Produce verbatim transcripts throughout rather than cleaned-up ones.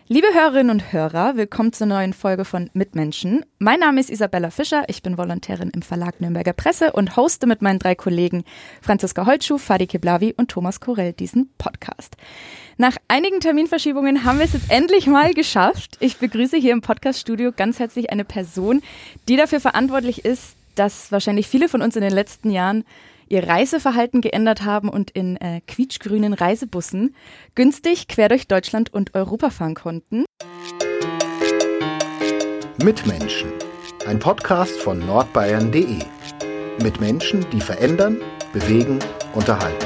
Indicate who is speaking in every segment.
Speaker 1: Liebe Hörerinnen und Hörer, willkommen zur neuen Folge von Mitmenschen. Mein Name ist Isabella Fischer, ich bin Volontärin im Verlag Nürnberger Presse und hoste mit meinen drei Kollegen Franziska Holtschuh, Fadi Keblavi und Thomas Korell diesen Podcast. Nach einigen Terminverschiebungen haben wir es jetzt endlich mal geschafft. Ich begrüße hier im Podcaststudio ganz herzlich eine Person, die dafür verantwortlich ist, dass wahrscheinlich viele von uns in den letzten Jahren ihr Reiseverhalten geändert haben und in äh, quietschgrünen Reisebussen günstig quer durch Deutschland und Europa fahren konnten.
Speaker 2: Mitmenschen, ein Podcast von nordbayern punkt de. Mit Menschen, die verändern, bewegen, unterhalten.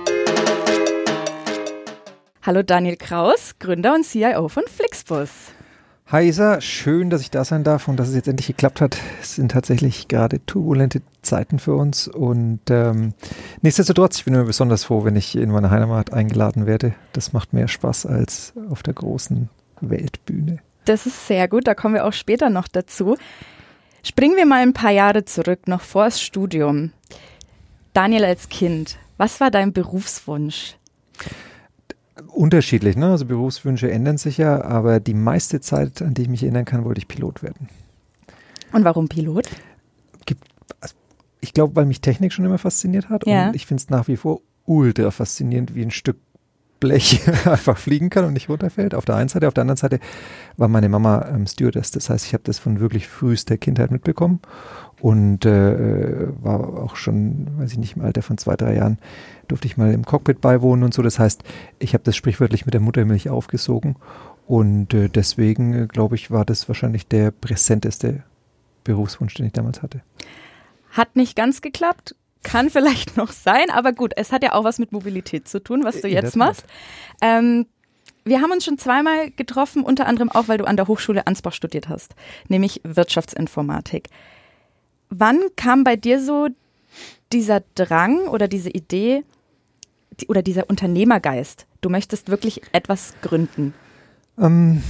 Speaker 1: Hallo Daniel Kraus, Gründer und C I O von Flixbus.
Speaker 3: Hi Isa, schön, dass ich da sein darf und dass es jetzt endlich geklappt hat. Es sind tatsächlich gerade turbulente Zeiten für uns und ähm, nichtsdestotrotz, ich bin immer besonders froh, wenn ich in meine Heimat eingeladen werde. Das macht mehr Spaß als auf der großen Weltbühne.
Speaker 1: Das ist sehr gut, da kommen wir auch später noch dazu. Springen wir mal ein paar Jahre zurück, noch vor das Studium. Daniel als Kind, was war dein Berufswunsch?
Speaker 3: Unterschiedlich, ne? Also Berufswünsche ändern sich ja, aber die meiste Zeit, an die ich mich erinnern kann, wollte ich Pilot werden.
Speaker 1: Und warum Pilot?
Speaker 3: Gibt, also ich glaube, weil mich Technik schon immer fasziniert hat
Speaker 1: ja.
Speaker 3: und ich finde es nach wie vor ultra faszinierend, wie ein Stück Blech einfach fliegen kann und nicht runterfällt. Auf der einen Seite, auf der anderen Seite war meine Mama ähm, Stewardess. Das heißt, ich habe das von wirklich frühester Kindheit mitbekommen und äh, war auch schon, weiß ich nicht, im Alter von zwei, drei Jahren durfte ich mal im Cockpit beiwohnen und so. Das heißt, ich habe das sprichwörtlich mit der Muttermilch aufgesogen und äh, deswegen, äh, glaube ich, war das wahrscheinlich der präsenteste Berufswunsch, den ich damals hatte.
Speaker 1: Hat nicht ganz geklappt. Kann vielleicht noch sein, aber gut, es hat ja auch was mit Mobilität zu tun, was du jetzt machst. Ähm, wir haben uns schon zweimal getroffen, unter anderem auch, weil du an der Hochschule Ansbach studiert hast, nämlich Wirtschaftsinformatik. Wann kam bei dir so dieser Drang oder diese Idee die, oder dieser Unternehmergeist? Du möchtest wirklich etwas gründen.
Speaker 3: Ähm,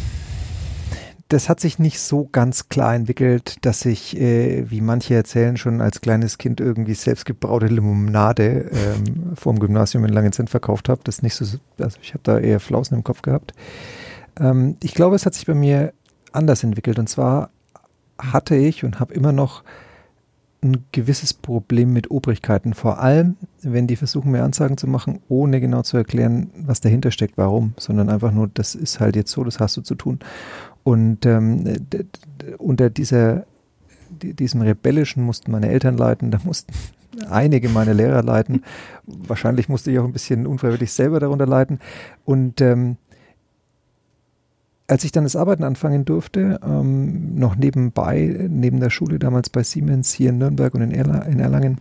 Speaker 3: das hat sich nicht so ganz klar entwickelt, dass ich, äh, wie manche erzählen, schon als kleines Kind irgendwie selbstgebraute Limonade ähm, vorm Gymnasium in Langenzenn verkauft habe. Das ist nicht so, also ich habe da eher Flausen im Kopf gehabt. Ähm, ich glaube, es hat sich bei mir anders entwickelt. Und zwar hatte ich und habe immer noch ein gewisses Problem mit Obrigkeiten, vor allem, wenn die versuchen, mir Ansagen zu machen, ohne genau zu erklären, was dahinter steckt, warum, sondern einfach nur, das ist halt jetzt so, das hast du zu tun. Und ähm, d- d- unter dieser, d- diesem Rebellischen mussten meine Eltern leiden, da mussten einige meiner Lehrer leiden, wahrscheinlich musste ich auch ein bisschen unfreiwillig selber darunter leiden und ähm, als ich dann das Arbeiten anfangen durfte, ähm, noch nebenbei, neben der Schule damals bei Siemens hier in Nürnberg und in, Erla- in Erlangen,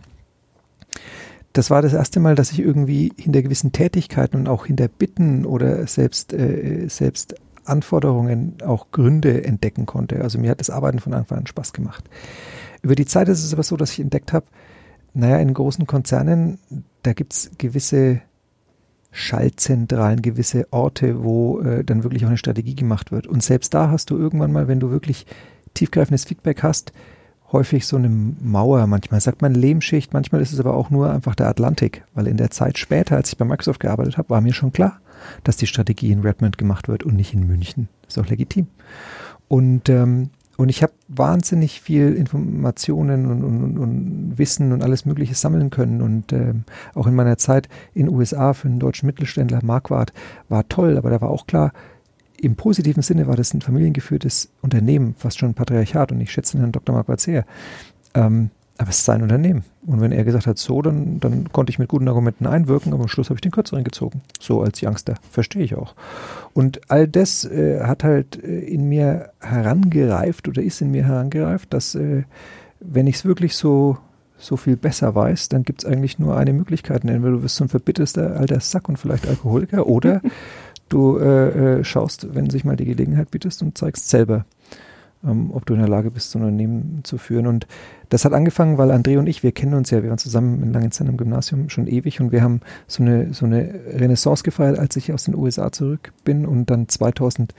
Speaker 3: das war das erste Mal, dass ich irgendwie hinter gewissen Tätigkeiten und auch hinter Bitten oder selbst, äh, selbst Anforderungen auch Gründe entdecken konnte. Also mir hat das Arbeiten von Anfang an Spaß gemacht. Über die Zeit ist es aber so, dass ich entdeckt habe, naja, in großen Konzernen, da gibt es gewisse Schaltzentralen, gewisse Orte, wo äh, dann wirklich auch eine Strategie gemacht wird. Und selbst da hast du irgendwann mal, wenn du wirklich tiefgreifendes Feedback hast, häufig so eine Mauer. Manchmal sagt man Lehmschicht, manchmal ist es aber auch nur einfach der Atlantik. Weil in der Zeit später, als ich bei Microsoft gearbeitet habe, war mir schon klar, dass die Strategie in Redmond gemacht wird und nicht in München. Das ist auch legitim. Und ähm, Und ich habe wahnsinnig viel Informationen und, und, und Wissen und alles Mögliche sammeln können. Und ähm, auch in meiner Zeit in den U S A für einen deutschen Mittelständler, Marquardt, war toll. Aber da war auch klar, im positiven Sinne war das ein familiengeführtes Unternehmen, fast schon ein Patriarchat. Und ich schätze den Herrn Doktor Marquardt sehr. Ähm, aber es ist sein Unternehmen. Und wenn er gesagt hat, so, dann, dann konnte ich mit guten Argumenten einwirken, aber am Schluss habe ich den Kürzeren gezogen. So als Youngster. Verstehe ich auch. Und all das äh, hat halt äh, in mir herangereift oder ist in mir herangereift, dass äh, wenn ich es wirklich so, so viel besser weiß, dann gibt es eigentlich nur eine Möglichkeit. Entweder du wirst so ein verbitterster alter Sack und vielleicht Alkoholiker oder du äh, äh, schaust, wenn sich mal die Gelegenheit bietest und zeigst selber, Ähm, ob du in der Lage bist, so ein Unternehmen zu führen. Und das hat angefangen, weil André und ich, wir kennen uns ja, wir waren zusammen in Langenzenn im Gymnasium schon ewig und wir haben so eine, so eine Renaissance gefeiert, als ich aus den U S A zurück bin und dann zweitausendzehn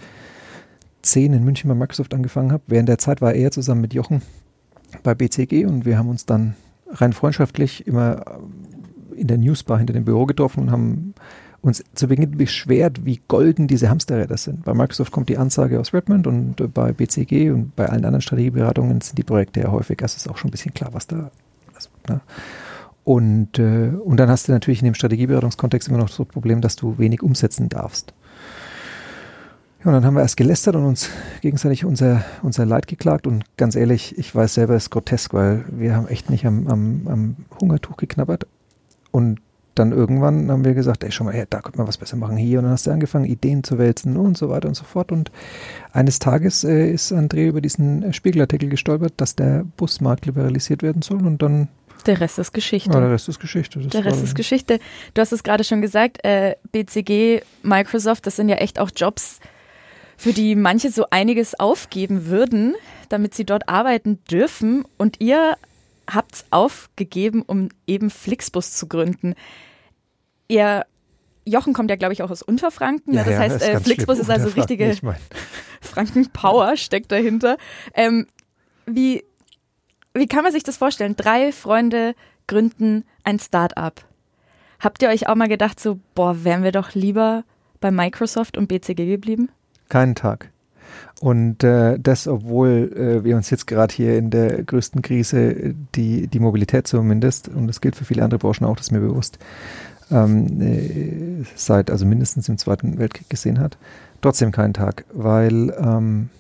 Speaker 3: in München bei Microsoft angefangen habe. Während der Zeit war er zusammen mit Jochen bei B C G und wir haben uns dann rein freundschaftlich immer in der Newsbar hinter dem Büro getroffen und haben uns zu Beginn beschwert, wie golden diese Hamsterräder sind. Bei Microsoft kommt die Ansage aus Redmond und äh, bei B C G und bei allen anderen Strategieberatungen sind die Projekte ja häufig, also ist auch schon ein bisschen klar, was da ist. Ne? Und, äh, und dann hast du natürlich in dem Strategieberatungskontext immer noch das Problem, dass du wenig umsetzen darfst. Ja, und dann haben wir erst gelästert und uns gegenseitig unser, unser Leid geklagt und ganz ehrlich, ich weiß selber, es ist grotesk, weil wir haben echt nicht am, am, am Hungertuch geknabbert und dann irgendwann haben wir gesagt, ey, schau mal her, da könnte man was besser machen hier und dann hast du angefangen, Ideen zu wälzen und so weiter und so fort und eines Tages äh, ist André über diesen Spiegelartikel gestolpert, dass der Busmarkt liberalisiert werden soll und dann
Speaker 1: der Rest ist Geschichte.
Speaker 3: Ja, der Rest ist Geschichte. Das
Speaker 1: der Rest ist Geschichte. Du hast es gerade schon gesagt, äh, B C G, Microsoft, das sind ja echt auch Jobs, für die manche so einiges aufgeben würden, damit sie dort arbeiten dürfen. Und ihr habt es aufgegeben, um eben Flixbus zu gründen. Ihr, Jochen kommt ja, glaube ich, auch aus Unterfranken.
Speaker 3: Ja,
Speaker 1: das
Speaker 3: ja,
Speaker 1: heißt,
Speaker 3: das
Speaker 1: äh, Flixbus ist also richtige Franken-Power steckt dahinter. Ähm, wie, wie kann man sich das vorstellen? Drei Freunde gründen ein Start-up. Habt ihr euch auch mal gedacht, so, boah, wären wir doch lieber bei Microsoft und B C G geblieben?
Speaker 3: Keinen Tag. Und äh, das, obwohl äh, wir uns jetzt gerade hier in der größten Krise, die, die Mobilität zumindest, und das gilt für viele andere Branchen auch, das ist mir bewusst, ähm, äh, seit also mindestens im Zweiten Weltkrieg gesehen hat, trotzdem keinen Tag, weil ähm,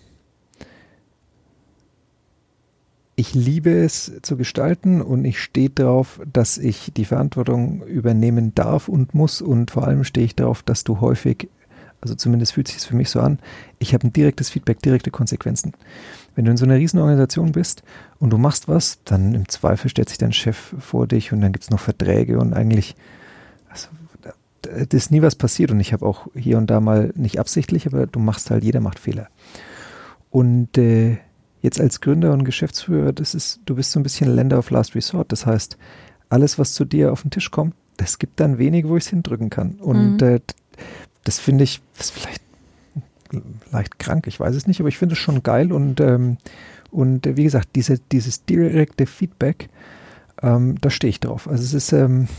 Speaker 3: ich liebe es zu gestalten und ich stehe darauf, dass ich die Verantwortung übernehmen darf und muss und vor allem stehe ich darauf, dass du häufig, also zumindest fühlt sich es für mich so an, ich habe ein direktes Feedback, direkte Konsequenzen. Wenn du in so einer Riesenorganisation bist und du machst was, dann im Zweifel stellt sich dein Chef vor dich und dann gibt es noch Verträge und eigentlich, also, da ist nie was passiert und ich habe auch hier und da mal, nicht absichtlich, aber du machst halt, jeder macht Fehler. Und äh, jetzt als Gründer und Geschäftsführer, das ist, du bist so ein bisschen Lender of Last Resort, das heißt, alles, was zu dir auf den Tisch kommt, das gibt dann wenig, wo ich es hindrücken kann. Und mhm. äh, das finde ich, das ist vielleicht leicht krank, ich weiß es nicht, aber ich finde es schon geil und, ähm, und äh, wie gesagt, diese, dieses direkte Feedback, ähm, da stehe ich drauf. Also es ist, ähm,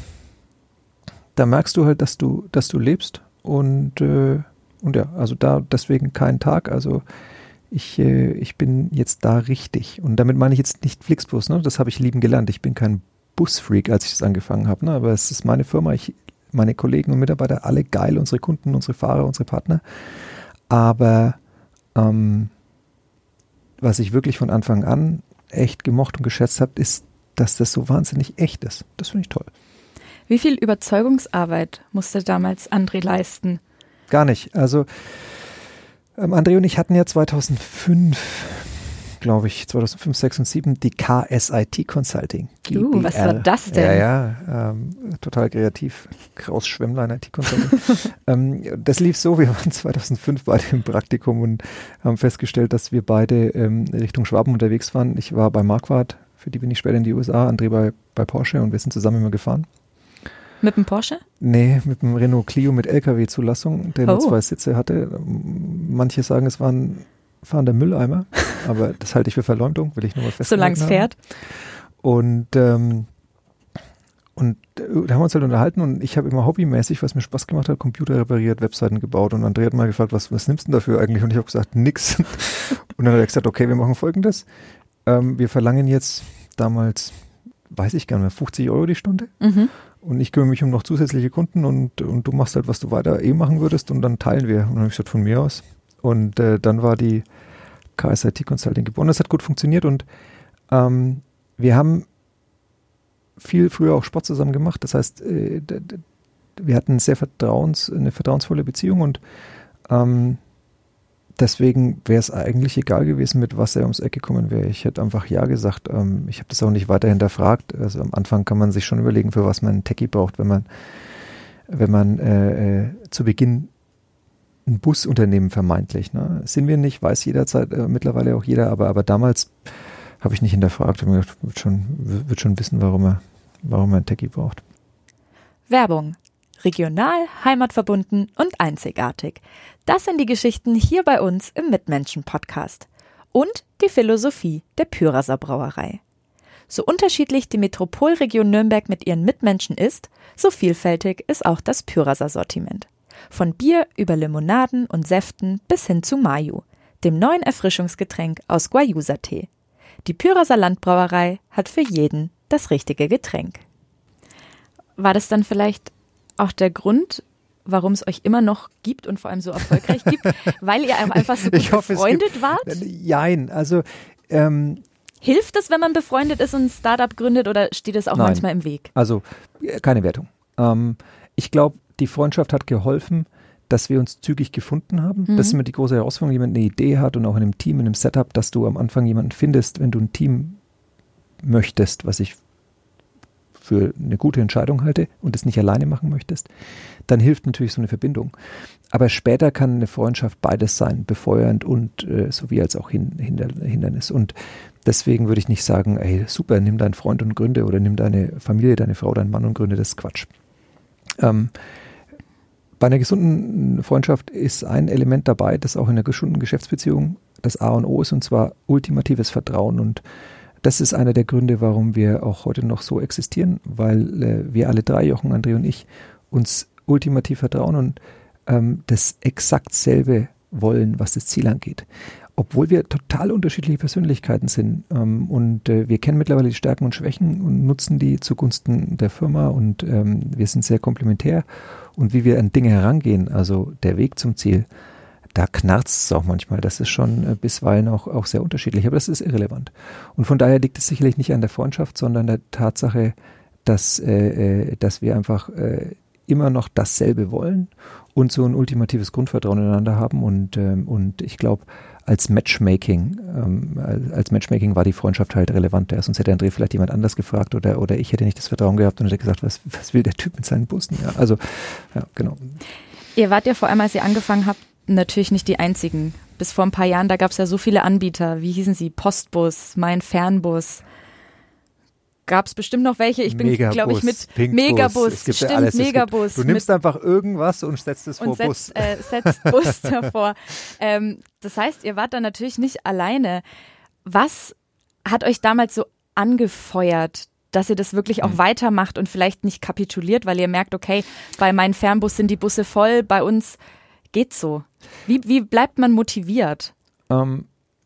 Speaker 3: da merkst du halt, dass du, dass du lebst und, äh, und ja, also da deswegen kein Tag, also ich, äh, ich bin jetzt da richtig und damit meine ich jetzt nicht Flixbus, ne? Das habe ich lieben gelernt, ich bin kein Busfreak, als ich das angefangen habe, ne? Aber es ist meine Firma, ich meine Kollegen und Mitarbeiter, alle geil, unsere Kunden, unsere Fahrer, unsere Partner. Aber ähm, was ich wirklich von Anfang an echt gemocht und geschätzt habe, ist, dass das so wahnsinnig echt ist. Das finde ich toll.
Speaker 1: Wie viel Überzeugungsarbeit musste damals André leisten?
Speaker 3: Gar nicht. Also ähm, André und ich hatten ja zweitausendfünf, glaube ich, zweitausendfünf, sechs und sieben die K S I T Consulting.
Speaker 1: Uh, was war das denn?
Speaker 3: Ja, ja, ähm, total kreativ. Kraus Schwemmlein I T Consulting. ähm, das lief so, wir waren zweitausendfünf beide im Praktikum und haben festgestellt, dass wir beide ähm, Richtung Schwaben unterwegs waren. Ich war bei Marquardt, für die bin ich später in die U S A, André bei, bei Porsche und wir sind zusammen immer gefahren.
Speaker 1: Mit dem Porsche?
Speaker 3: Nee, mit dem Renault Clio mit L K W-Zulassung, der oh. nur zwei Sitze hatte. Manche sagen, es waren fahrender Mülleimer, aber das halte ich für Verleumdung, will ich nur mal festhalten.
Speaker 1: Solange es fährt.
Speaker 3: Und, ähm, und da haben wir uns halt unterhalten und ich habe immer hobbymäßig, was mir Spaß gemacht hat, Computer repariert, Webseiten gebaut und André hat mal gefragt, was, was nimmst du denn dafür eigentlich? Und ich habe gesagt, nix. Und dann hat er gesagt, okay, wir machen Folgendes. Ähm, wir verlangen jetzt damals, weiß ich gar nicht mehr, fünfzig Euro die Stunde. Mhm. Und ich kümmere mich um noch zusätzliche Kunden und, und du machst halt, was du weiter eh machen würdest und dann teilen wir. Und dann habe ich gesagt, von mir aus. Und äh, dann war die K S I T Consulting geboren. Das hat gut funktioniert und ähm, wir haben viel früher auch Sport zusammen gemacht. Das heißt, äh, d- d- wir hatten sehr Vertrauens, eine vertrauensvolle Beziehung und ähm, deswegen wäre es eigentlich egal gewesen, mit was er ums Eck gekommen wäre. Ich hätte einfach Ja gesagt. Ähm, ich habe das auch nicht weiter hinterfragt. Also am Anfang kann man sich schon überlegen, für was man einen Techie braucht, wenn man, wenn man äh, äh, zu Beginn ein Busunternehmen vermeintlich. Ne? Sind wir nicht, weiß jederzeit, äh, mittlerweile auch jeder, aber, aber damals habe ich nicht hinterfragt. Ich habe mir gedacht, wird schon, wird schon wissen, warum er, warum er einen Techie braucht.
Speaker 1: Werbung. Regional, heimatverbunden und einzigartig. Das sind die Geschichten hier bei uns im Mitmenschen-Podcast. Und die Philosophie der Pyraser Brauerei. So unterschiedlich die Metropolregion Nürnberg mit ihren Mitmenschen ist, so vielfältig ist auch das Pyraser-Sortiment. Von Bier über Limonaden und Säften bis hin zu Mayu, dem neuen Erfrischungsgetränk aus Guayusa-Tee. Die Pyraser Landbrauerei hat für jeden das richtige Getränk. War das dann vielleicht auch der Grund, warum es euch immer noch gibt und vor allem so erfolgreich gibt, weil ihr einfach so gut hoffe, befreundet wart?
Speaker 3: Jein, also ähm,
Speaker 1: hilft es, wenn man befreundet ist und ein Startup gründet oder steht es auch
Speaker 3: nein,
Speaker 1: manchmal im Weg?
Speaker 3: Also keine Wertung. Ähm, ich glaube, die Freundschaft hat geholfen, dass wir uns zügig gefunden haben. Mhm. Das ist immer die große Herausforderung, wenn jemand eine Idee hat und auch in einem Team, in einem Setup, dass du am Anfang jemanden findest, wenn du ein Team möchtest, was ich für eine gute Entscheidung halte und es nicht alleine machen möchtest, dann hilft natürlich so eine Verbindung. Aber später kann eine Freundschaft beides sein, befeuernd und äh, sowie als auch hin, hinder, Hindernis. Und deswegen würde ich nicht sagen, ey, super, nimm deinen Freund und gründe oder nimm deine Familie, deine Frau, deinen Mann und gründe, das ist Quatsch. Ähm, bei einer gesunden Freundschaft ist ein Element dabei, das auch in einer gesunden Geschäftsbeziehung das A und O ist, und zwar ultimatives Vertrauen. Und das ist einer der Gründe, warum wir auch heute noch so existieren, weil äh, wir alle drei, Jochen, André und ich, uns ultimativ vertrauen und ähm, das exakt selbe wollen, was das Ziel angeht. Obwohl wir total unterschiedliche Persönlichkeiten sind ähm, und äh, wir kennen mittlerweile die Stärken und Schwächen und nutzen die zugunsten der Firma und ähm, wir sind sehr komplementär und wie wir an Dinge herangehen, also der Weg zum Ziel, da knarzt es auch manchmal. Das ist schon äh, bisweilen auch, auch sehr unterschiedlich, aber das ist irrelevant. Und von daher liegt es sicherlich nicht an der Freundschaft, sondern der Tatsache, dass, äh, dass wir einfach äh, immer noch dasselbe wollen und so ein ultimatives Grundvertrauen ineinander haben. Und, ähm, und ich glaube, als Matchmaking, ähm, als Matchmaking war die Freundschaft halt relevant. Ja, sonst hätte André vielleicht jemand anders gefragt oder, oder ich hätte nicht das Vertrauen gehabt und hätte gesagt, was, was will der Typ mit seinen Bussen? Ja, also, ja, genau.
Speaker 1: Ihr wart ja vor allem, als ihr angefangen habt, natürlich nicht die einzigen. Bis vor ein paar Jahren, da gab es ja so viele Anbieter. Wie hießen sie? Postbus, Mein Fernbus. Gab es bestimmt noch welche. Ich bin, glaube ich, mit
Speaker 3: Pinkbus,
Speaker 1: Megabus.
Speaker 3: es gibt
Speaker 1: Stimmt,
Speaker 3: ja alles.
Speaker 1: Megabus.
Speaker 3: Gibt, du nimmst einfach irgendwas und setzt es vor
Speaker 1: und
Speaker 3: Bus.
Speaker 1: Setzt, äh, setzt Bus davor. Ähm, das heißt, ihr wart da natürlich nicht alleine. Was hat euch damals so angefeuert, dass ihr das wirklich auch mhm. weitermacht und vielleicht nicht kapituliert, weil ihr merkt, okay, bei Mein Fernbus sind die Busse voll, bei uns geht's so. Wie, wie bleibt man motiviert?
Speaker 3: Ähm,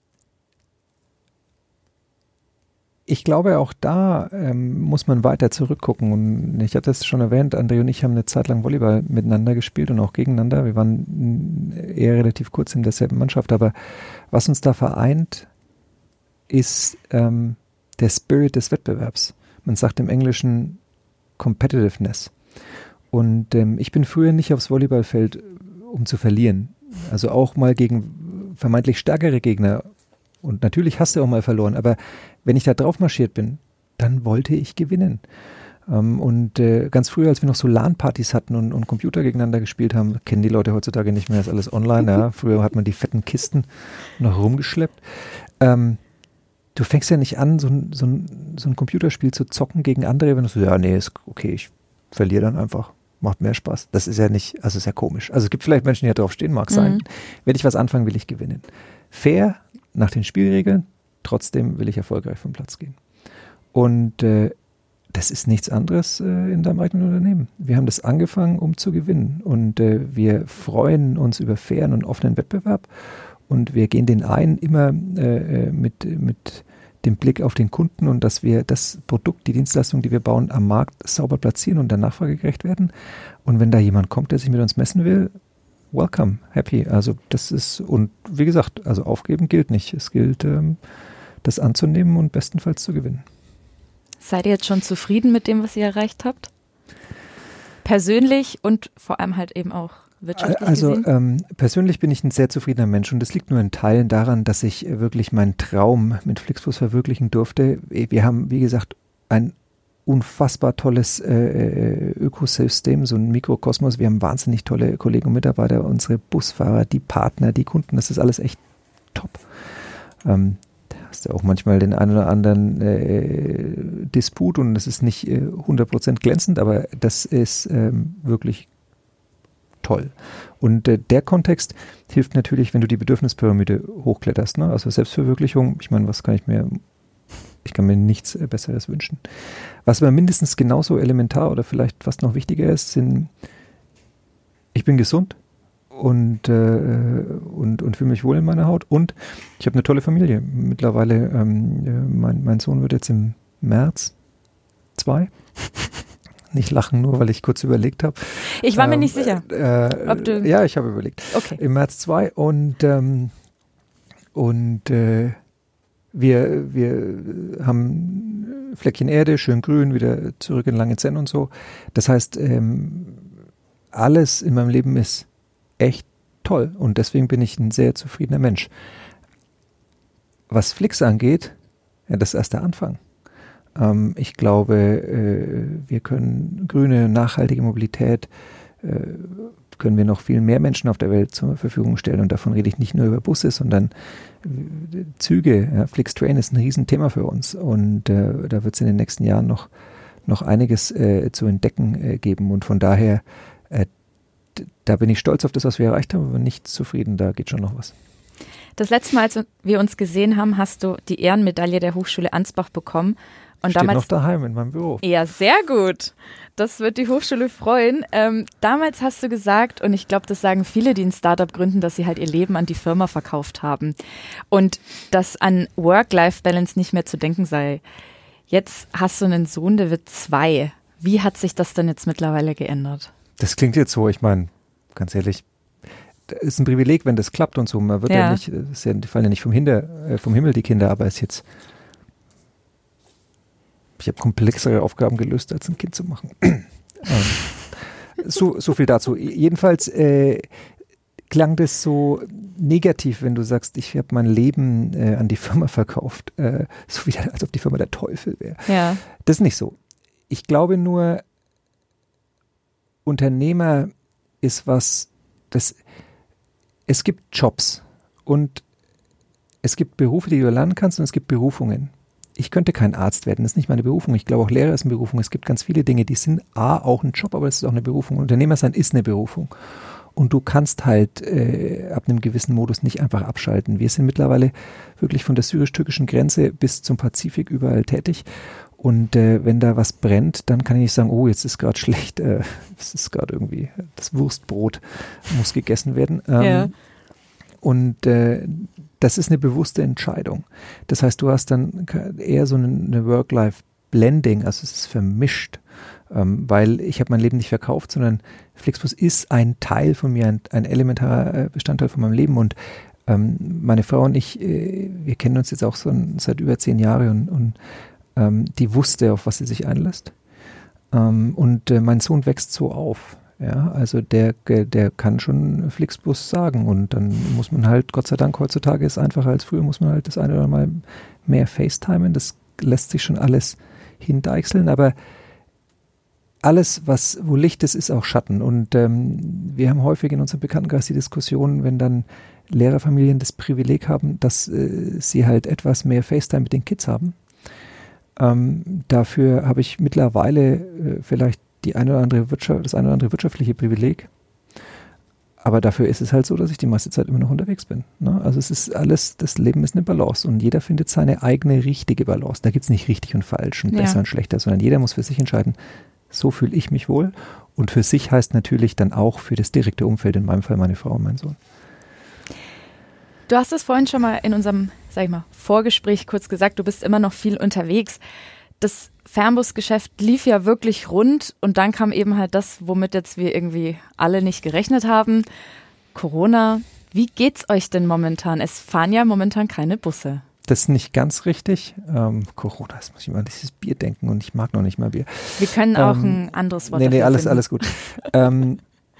Speaker 3: ich glaube, auch da ähm, muss man weiter zurückgucken. Und ich hatte es schon erwähnt, André und ich haben eine Zeit lang Volleyball miteinander gespielt und auch gegeneinander. Wir waren eher relativ kurz in derselben Mannschaft. Aber was uns da vereint, ist ähm, der Spirit des Wettbewerbs. Man sagt im Englischen Competitiveness. Und ähm, ich bin früher nicht aufs Volleyballfeld, um zu verlieren. Also auch mal gegen vermeintlich stärkere Gegner. Und natürlich hast du auch mal verloren. Aber wenn ich da drauf marschiert bin, dann wollte ich gewinnen. Ähm, und äh, ganz früher, als wir noch so LAN-Partys hatten und, und Computer gegeneinander gespielt haben, kennen die Leute heutzutage nicht mehr, ist alles online. Ja. Früher hat man die fetten Kisten noch rumgeschleppt. Ähm, du fängst ja nicht an, so ein, so, ein, so ein Computerspiel zu zocken gegen andere, wenn du so, ja, nee, ist okay, ich verliere dann einfach. Macht mehr Spaß. Das ist ja nicht, also ist ja komisch. Also es gibt vielleicht Menschen, die da drauf stehen, mag sein. Mhm. Wenn ich was anfange, will ich gewinnen. Fair, nach den Spielregeln, trotzdem will ich erfolgreich vom Platz gehen. Und äh, das ist nichts anderes äh, in deinem eigenen Unternehmen. Wir haben das angefangen, um zu gewinnen. Und äh, wir freuen uns über fairen und offenen Wettbewerb. Und wir gehen den ein immer äh, mit, mit dem Blick auf den Kunden und dass wir das Produkt, die Dienstleistung, die wir bauen, am Markt sauber platzieren und der Nachfrage gerecht werden. Und wenn da jemand kommt, der sich mit uns messen will, welcome, happy. Also das ist, und wie gesagt, also aufgeben gilt nicht. Es gilt, ähm, das anzunehmen und bestenfalls zu gewinnen.
Speaker 1: Seid ihr jetzt schon zufrieden mit dem, was ihr erreicht habt? Persönlich und vor allem halt eben auch wirtschaftlich
Speaker 3: also,
Speaker 1: gesehen?
Speaker 3: Also ähm, persönlich bin ich ein sehr zufriedener Mensch und das liegt nur in Teilen daran, dass ich wirklich meinen Traum mit Flixbus verwirklichen durfte. Wir haben, wie gesagt, ein unfassbar tolles äh, Ökosystem, so ein Mikrokosmos. Wir haben wahnsinnig tolle Kollegen und Mitarbeiter, unsere Busfahrer, die Partner, die Kunden, das ist alles echt top. Ähm, da hast du auch manchmal den einen oder anderen äh, Disput und das ist nicht äh, hundert Prozent glänzend, aber das ist ähm, wirklich toll. Und äh, der Kontext hilft natürlich, wenn du die Bedürfnispyramide hochkletterst. Ne? Also Selbstverwirklichung, ich meine, was kann ich mir Ich kann mir nichts äh, Besseres wünschen. Was aber mindestens genauso elementar oder vielleicht fast noch wichtiger ist, sind, ich bin gesund und, äh, und, und fühle mich wohl in meiner Haut und ich habe eine tolle Familie. Mittlerweile, ähm, mein, mein Sohn wird jetzt im März zwei. Nicht lachen, nur weil ich kurz überlegt habe.
Speaker 1: Ich war
Speaker 3: ähm,
Speaker 1: mir nicht sicher,
Speaker 3: äh,
Speaker 1: ob du...
Speaker 3: Ja, ich habe überlegt.
Speaker 1: Okay.
Speaker 3: Im März zwei und, ähm, und äh, wir, wir haben Fleckchen Erde, schön grün, wieder zurück in Langenzenn und so. Das heißt, ähm, alles in meinem Leben ist echt toll und deswegen bin ich ein sehr zufriedener Mensch. Was Flix angeht, ja, das ist erst der Anfang. Ähm, ich glaube, äh, wir können grüne, nachhaltige Mobilität, äh, können wir noch viel mehr Menschen auf der Welt zur Verfügung stellen und davon rede ich nicht nur über Busse, sondern äh, Züge. Ja, Flixtrain ist ein Riesenthema für uns und äh, da wird es in den nächsten Jahren noch, noch einiges äh, zu entdecken äh, geben und von daher äh, da bin ich stolz auf das, was wir erreicht haben, aber nicht zufrieden, da geht schon noch was.
Speaker 1: Das letzte Mal, als wir uns gesehen haben, hast du die Ehrenmedaille der Hochschule Ansbach bekommen. Und
Speaker 3: Steht
Speaker 1: damals
Speaker 3: noch daheim in meinem Büro.
Speaker 1: Ja, sehr gut. Das wird die Hochschule freuen. Ähm, damals hast du gesagt, und ich glaube, das sagen viele, die ein Startup gründen, dass sie halt ihr Leben an die Firma verkauft haben und dass an Work-Life-Balance nicht mehr zu denken sei. Jetzt hast du einen Sohn, der wird zwei. Wie hat sich das denn jetzt mittlerweile geändert?
Speaker 3: Das klingt jetzt so, ich meine, ganz ehrlich, das ist ein Privileg, wenn das klappt und so. Man wird ja, ja nicht, das ist ja, die fallen ja nicht vom, Hinder, äh, vom Himmel, die Kinder, aber es ist jetzt, ich habe komplexere Aufgaben gelöst, als ein Kind zu machen. ähm, so, so viel dazu. Jedenfalls äh, klang das so negativ, wenn du sagst, ich habe mein Leben äh, an die Firma verkauft, äh, so wie als ob die Firma der Teufel wäre.
Speaker 1: Ja.
Speaker 3: Das ist nicht so. Ich glaube nur, Unternehmer ist was, das, es gibt Jobs und es gibt Berufe, die du lernen kannst und es gibt Berufungen. Ich könnte kein Arzt werden, das ist nicht meine Berufung. Ich glaube auch Lehrer ist eine Berufung. Es gibt ganz viele Dinge, die sind A, auch ein Job, aber es ist auch eine Berufung. Unternehmer sein ist eine Berufung. Und du kannst halt äh, ab einem gewissen Modus nicht einfach abschalten. Wir sind mittlerweile wirklich von der syrisch-türkischen Grenze bis zum Pazifik überall tätig. Und äh, wenn da was brennt, dann kann ich nicht sagen, oh, jetzt ist gerade schlecht, äh, es ist gerade irgendwie, das Wurstbrot muss gegessen werden. Ähm,
Speaker 1: ja.
Speaker 3: Und äh, das ist eine bewusste Entscheidung. Das heißt, du hast dann eher so eine, eine Work-Life-Blending, also es ist vermischt, ähm, weil ich habe mein Leben nicht verkauft, sondern Flixbus ist ein Teil von mir, ein, ein elementarer Bestandteil von meinem Leben und ähm, meine Frau und ich, äh, wir kennen uns jetzt auch so ein, seit über zehn Jahren und, und ähm, die wusste, auf was sie sich einlässt. Ähm, und äh, mein Sohn wächst so auf. Ja, also der, der kann schon Flixbus sagen und dann muss man halt, Gott sei Dank, heutzutage ist es einfacher als früher, muss man halt das eine oder mal mehr FaceTimen, das lässt sich schon alles hindeichseln, aber alles, was, wo Licht ist, ist auch Schatten und ähm, wir haben häufig in unserem Bekanntenkreis die Diskussion, wenn dann Lehrerfamilien das Privileg haben, dass äh, sie halt etwas mehr FaceTime mit den Kids haben. Ähm, dafür habe ich mittlerweile äh, vielleicht die eine oder andere Wirtschaft, das eine oder andere wirtschaftliche Privileg. Aber dafür ist es halt so, dass ich die meiste Zeit immer noch unterwegs bin. Ne? Also es ist alles, das Leben ist eine Balance und jeder findet seine eigene richtige Balance. Da gibt es nicht richtig und falsch und ja. besser und schlechter, sondern jeder muss für sich entscheiden, so fühle ich mich wohl. Und für sich heißt natürlich dann auch für das direkte Umfeld, in meinem Fall meine Frau und mein Sohn.
Speaker 1: Du hast es vorhin schon mal in unserem, sag ich mal, Vorgespräch kurz gesagt, du bist immer noch viel unterwegs. Das Fernbusgeschäft lief ja wirklich rund und dann kam eben halt das, womit jetzt wir irgendwie alle nicht gerechnet haben. Corona. Wie geht's euch denn momentan? Es fahren ja momentan keine Busse.
Speaker 3: Das ist nicht ganz richtig. Ähm, Corona, das muss ich mal an dieses Bier denken und ich mag noch nicht mal Bier.
Speaker 1: Wir können auch
Speaker 3: ähm,
Speaker 1: ein anderes Wort
Speaker 3: Nee, nee, alles,
Speaker 1: finden.
Speaker 3: alles gut. ähm,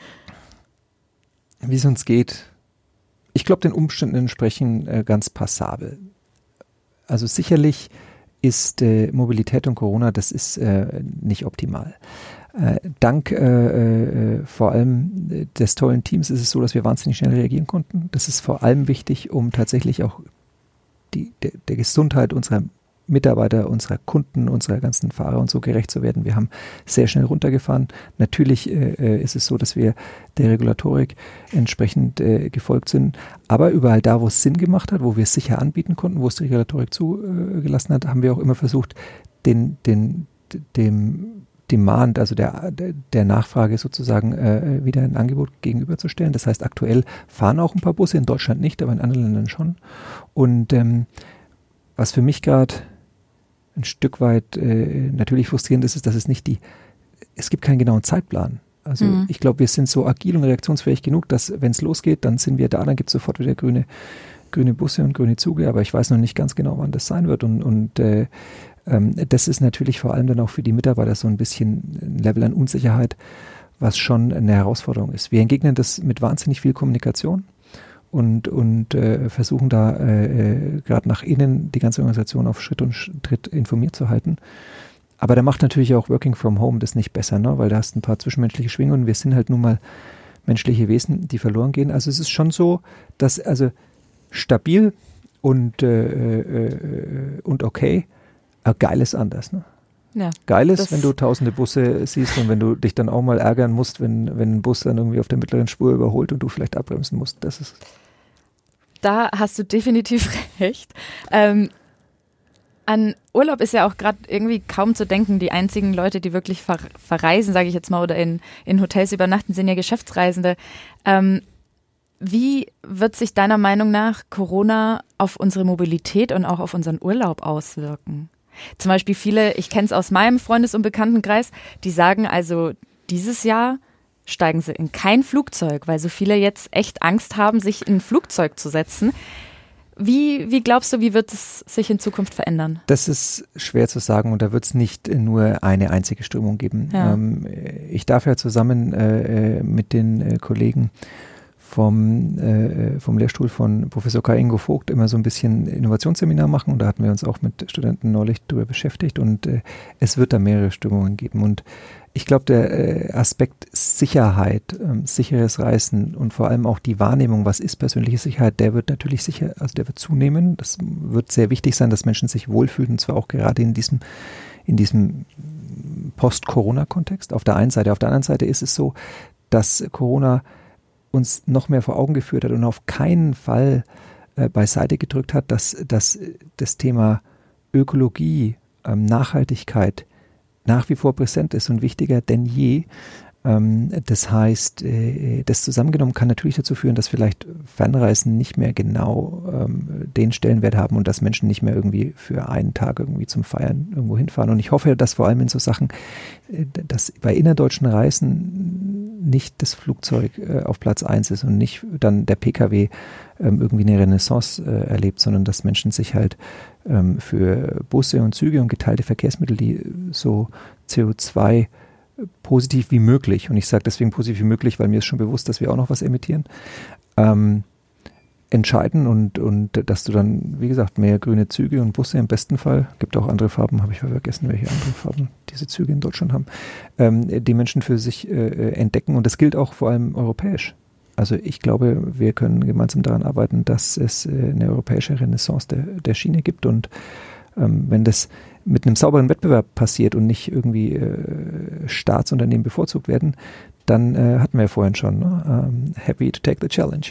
Speaker 3: wie es uns geht, ich glaube, den Umständen entsprechen äh, ganz passabel. Also sicherlich ist äh, Mobilität und Corona, das ist äh, nicht optimal. Äh, dank äh, äh, vor allem des tollen Teams ist es so, dass wir wahnsinnig schnell reagieren konnten. Das ist vor allem wichtig, um tatsächlich auch die, der, der Gesundheit unserer Mitarbeiter, unserer Kunden, unserer ganzen Fahrer und so gerecht zu werden. Wir haben sehr schnell runtergefahren. Natürlich äh, ist es so, dass wir der Regulatorik entsprechend äh, gefolgt sind. Aber überall da, wo es Sinn gemacht hat, wo wir es sicher anbieten konnten, wo es die Regulatorik zugelassen hat, haben wir auch immer versucht, den, den, dem Demand, also der, der Nachfrage sozusagen äh, wieder ein Angebot gegenüberzustellen. Das heißt, aktuell fahren auch ein paar Busse, in Deutschland nicht, aber in anderen Ländern schon. Und ähm, was für mich gerade ein Stück weit äh, natürlich frustrierend ist, ist, dass es nicht die, es gibt keinen genauen Zeitplan. Also mhm. ich glaube, wir sind so agil und reaktionsfähig genug, dass wenn es losgeht, dann sind wir da, dann gibt es sofort wieder grüne, grüne Busse und grüne Züge, aber ich weiß noch nicht ganz genau, wann das sein wird. Und, und äh, ähm, das ist natürlich vor allem dann auch für die Mitarbeiter so ein bisschen ein Level an Unsicherheit, was schon eine Herausforderung ist. Wir entgegnen das mit wahnsinnig viel Kommunikation. Und, und äh, versuchen da äh, gerade nach innen die ganze Organisation auf Schritt und Tritt informiert zu halten. Aber da macht natürlich auch Working from Home das nicht besser, ne? Weil da hast ein paar zwischenmenschliche Schwingungen. Wir sind halt nun mal menschliche Wesen, die verloren gehen. Also es ist schon so, dass also stabil und, äh, äh, und okay, aber geil ist anders. Ne?
Speaker 1: Ja,
Speaker 3: geil ist, wenn du tausende Busse siehst und wenn du dich dann auch mal ärgern musst, wenn, wenn ein Bus dann irgendwie auf der mittleren Spur überholt und du vielleicht abbremsen musst. Das ist
Speaker 1: Da hast du definitiv recht. Ähm, an Urlaub ist ja auch gerade irgendwie kaum zu denken. Die einzigen Leute, die wirklich ver- verreisen, sage ich jetzt mal, oder in, in Hotels übernachten, sind ja Geschäftsreisende. Ähm, wie wird sich deiner Meinung nach Corona auf unsere Mobilität und auch auf unseren Urlaub auswirken? Zum Beispiel viele, ich kenne es aus meinem Freundes- und Bekanntenkreis, die sagen also, dieses Jahr steigen sie in kein Flugzeug, weil so viele jetzt echt Angst haben, sich in ein Flugzeug zu setzen. Wie, wie glaubst du, wie wird es sich in Zukunft verändern?
Speaker 3: Das ist schwer zu sagen und da wird es nicht nur eine einzige Strömung geben.
Speaker 1: Ja.
Speaker 3: Ähm, ich darf ja zusammen äh, mit den äh, Kollegen vom, äh, vom Lehrstuhl von Professor Kai Ingo Vogt immer so ein bisschen Innovationsseminar machen und da hatten wir uns auch mit Studenten neulich darüber beschäftigt und äh, es wird da mehrere Strömungen geben und ich glaube, der äh, Aspekt Sicherheit, ähm, sicheres Reisen und vor allem auch die Wahrnehmung, was ist persönliche Sicherheit, der wird natürlich sicher, also der wird zunehmen. Das wird sehr wichtig sein, dass Menschen sich wohlfühlen und zwar auch gerade in diesem, in diesem Post-Corona-Kontext. Auf der einen Seite, auf der anderen Seite ist es so, dass Corona uns noch mehr vor Augen geführt hat und auf keinen Fall äh, beiseite gedrückt hat, dass, dass das Thema Ökologie, ähm, Nachhaltigkeit nach wie vor präsent ist und wichtiger denn je. Ähm, das heißt, äh, das zusammengenommen kann natürlich dazu führen, dass vielleicht Fernreisen nicht mehr genau ähm, den Stellenwert haben und dass Menschen nicht mehr irgendwie für einen Tag irgendwie zum Feiern irgendwo hinfahren. Und ich hoffe, dass vor allem in so Sachen, äh, dass bei innerdeutschen Reisen nicht das Flugzeug äh, auf Platz eins ist und nicht dann der P K W ähm, irgendwie eine Renaissance äh, erlebt, sondern dass Menschen sich halt ähm, für Busse und Züge und geteilte Verkehrsmittel, die so C O zwei positiv wie möglich, und ich sage deswegen positiv wie möglich, weil mir ist schon bewusst, dass wir auch noch was emittieren, ähm, entscheiden und, und dass du dann, wie gesagt, mehr grüne Züge und Busse im besten Fall, gibt auch andere Farben, habe ich vergessen, welche andere Farben diese Züge in Deutschland haben, ähm, die Menschen für sich äh, entdecken und das gilt auch vor allem europäisch. Also ich glaube, wir können gemeinsam daran arbeiten, dass es äh, eine europäische Renaissance der, der Schiene gibt und ähm, wenn das mit einem sauberen Wettbewerb passiert und nicht irgendwie äh, Staatsunternehmen bevorzugt werden, dann äh, hatten wir ja vorhin schon, ne? um, happy to take the challenge.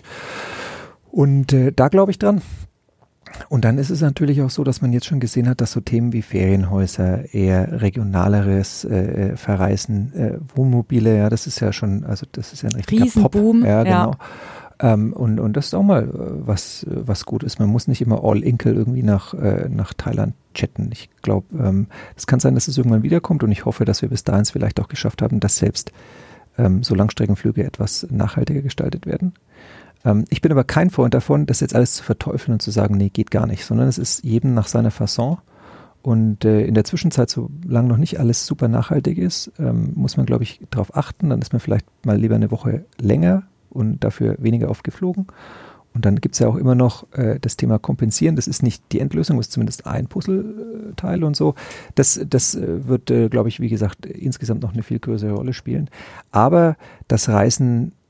Speaker 3: Und äh, da glaube ich dran. Und dann ist es natürlich auch so, dass man jetzt schon gesehen hat, dass so Themen wie Ferienhäuser, eher regionaleres äh, Verreisen, äh, Wohnmobile, ja, das ist ja schon, also das ist ja ein richtiger
Speaker 1: Riesenboom,
Speaker 3: Pop. Ja, genau.
Speaker 1: Ja.
Speaker 3: Ähm, und, und das ist auch mal was, was gut ist. Man muss nicht immer all inkle irgendwie nach, äh, nach Thailand chatten. Ich glaube, ähm, es kann sein, dass es irgendwann wiederkommt und ich hoffe, dass wir bis dahin es vielleicht auch geschafft haben, dass selbst ähm, so Langstreckenflüge etwas nachhaltiger gestaltet werden. Ähm, ich bin aber kein Freund davon, das jetzt alles zu verteufeln und zu sagen, nee, geht gar nicht, sondern es ist jedem nach seiner Fasson. Und äh, in der Zwischenzeit, solange noch nicht alles super nachhaltig ist, ähm, muss man, glaube ich, darauf achten. Dann ist man vielleicht mal lieber eine Woche länger und dafür weniger oft geflogen. Und dann gibt es ja auch immer noch äh, das Thema Kompensieren. Das ist nicht die Endlösung, das ist zumindest ein Puzzleteil und so. Das, das äh, wird, äh, glaube ich, wie gesagt, insgesamt noch eine viel größere Rolle spielen. Aber das Reisen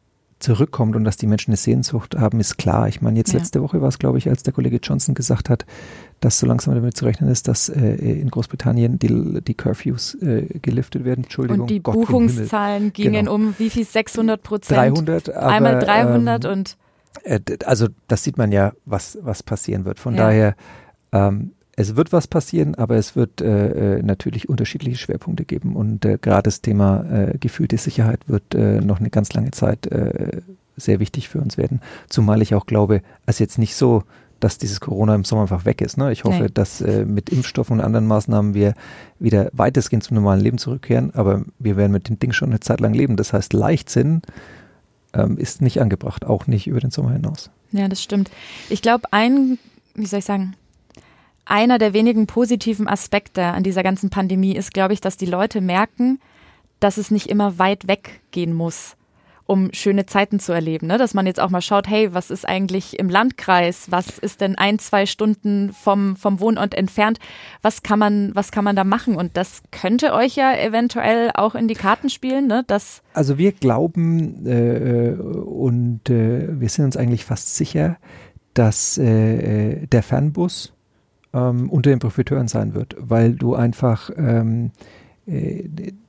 Speaker 3: zurückkommt und dass die Menschen eine Sehnsucht haben, ist klar. Ich meine, jetzt ja. letzte Woche war es, glaube ich, als der Kollege Johnson gesagt hat, dass so langsam damit zu rechnen ist, dass äh, in Großbritannien die, die Curfews äh, geliftet werden. Entschuldigung.
Speaker 1: Und die
Speaker 3: Gott
Speaker 1: Buchungszahlen gingen genau. um wie viel? sechshundert Prozent?
Speaker 3: dreihundert. Aber,
Speaker 1: Einmal dreihundert
Speaker 3: ähm,
Speaker 1: und...
Speaker 3: Äh, also das sieht man ja, was, was passieren wird. Von
Speaker 1: ja.
Speaker 3: daher, ähm, es wird was passieren, aber es wird äh, natürlich unterschiedliche Schwerpunkte geben. Und äh, gerade das Thema äh, gefühlte Sicherheit wird äh, noch eine ganz lange Zeit äh, sehr wichtig für uns werden. Zumal ich auch glaube, es ist jetzt nicht so, dass dieses Corona im Sommer einfach weg ist. Ne? Ich hoffe, nee. dass äh, mit Impfstoffen und anderen Maßnahmen wir wieder weitestgehend zum normalen Leben zurückkehren, aber wir werden mit dem Ding schon eine Zeit lang leben. Das heißt, Leichtsinn ähm, ist nicht angebracht, auch nicht über den Sommer hinaus.
Speaker 1: Ja, das stimmt. Ich glaube, ein, wie soll ich sagen, einer der wenigen positiven Aspekte an dieser ganzen Pandemie ist, glaube ich, dass die Leute merken, dass es nicht immer weit weggehen muss, um schöne Zeiten zu erleben. Ne? Dass man jetzt auch mal schaut, hey, was ist eigentlich im Landkreis? Was ist denn ein, zwei Stunden vom, vom Wohnort entfernt? Was kann man, was kann man da machen? Und das könnte euch ja eventuell auch in die Karten spielen, ne? Dass
Speaker 3: also wir glauben äh, und äh, wir sind uns eigentlich fast sicher, dass äh, der Fernbus ähm, unter den Profiteuren sein wird, weil du einfach ähm, äh,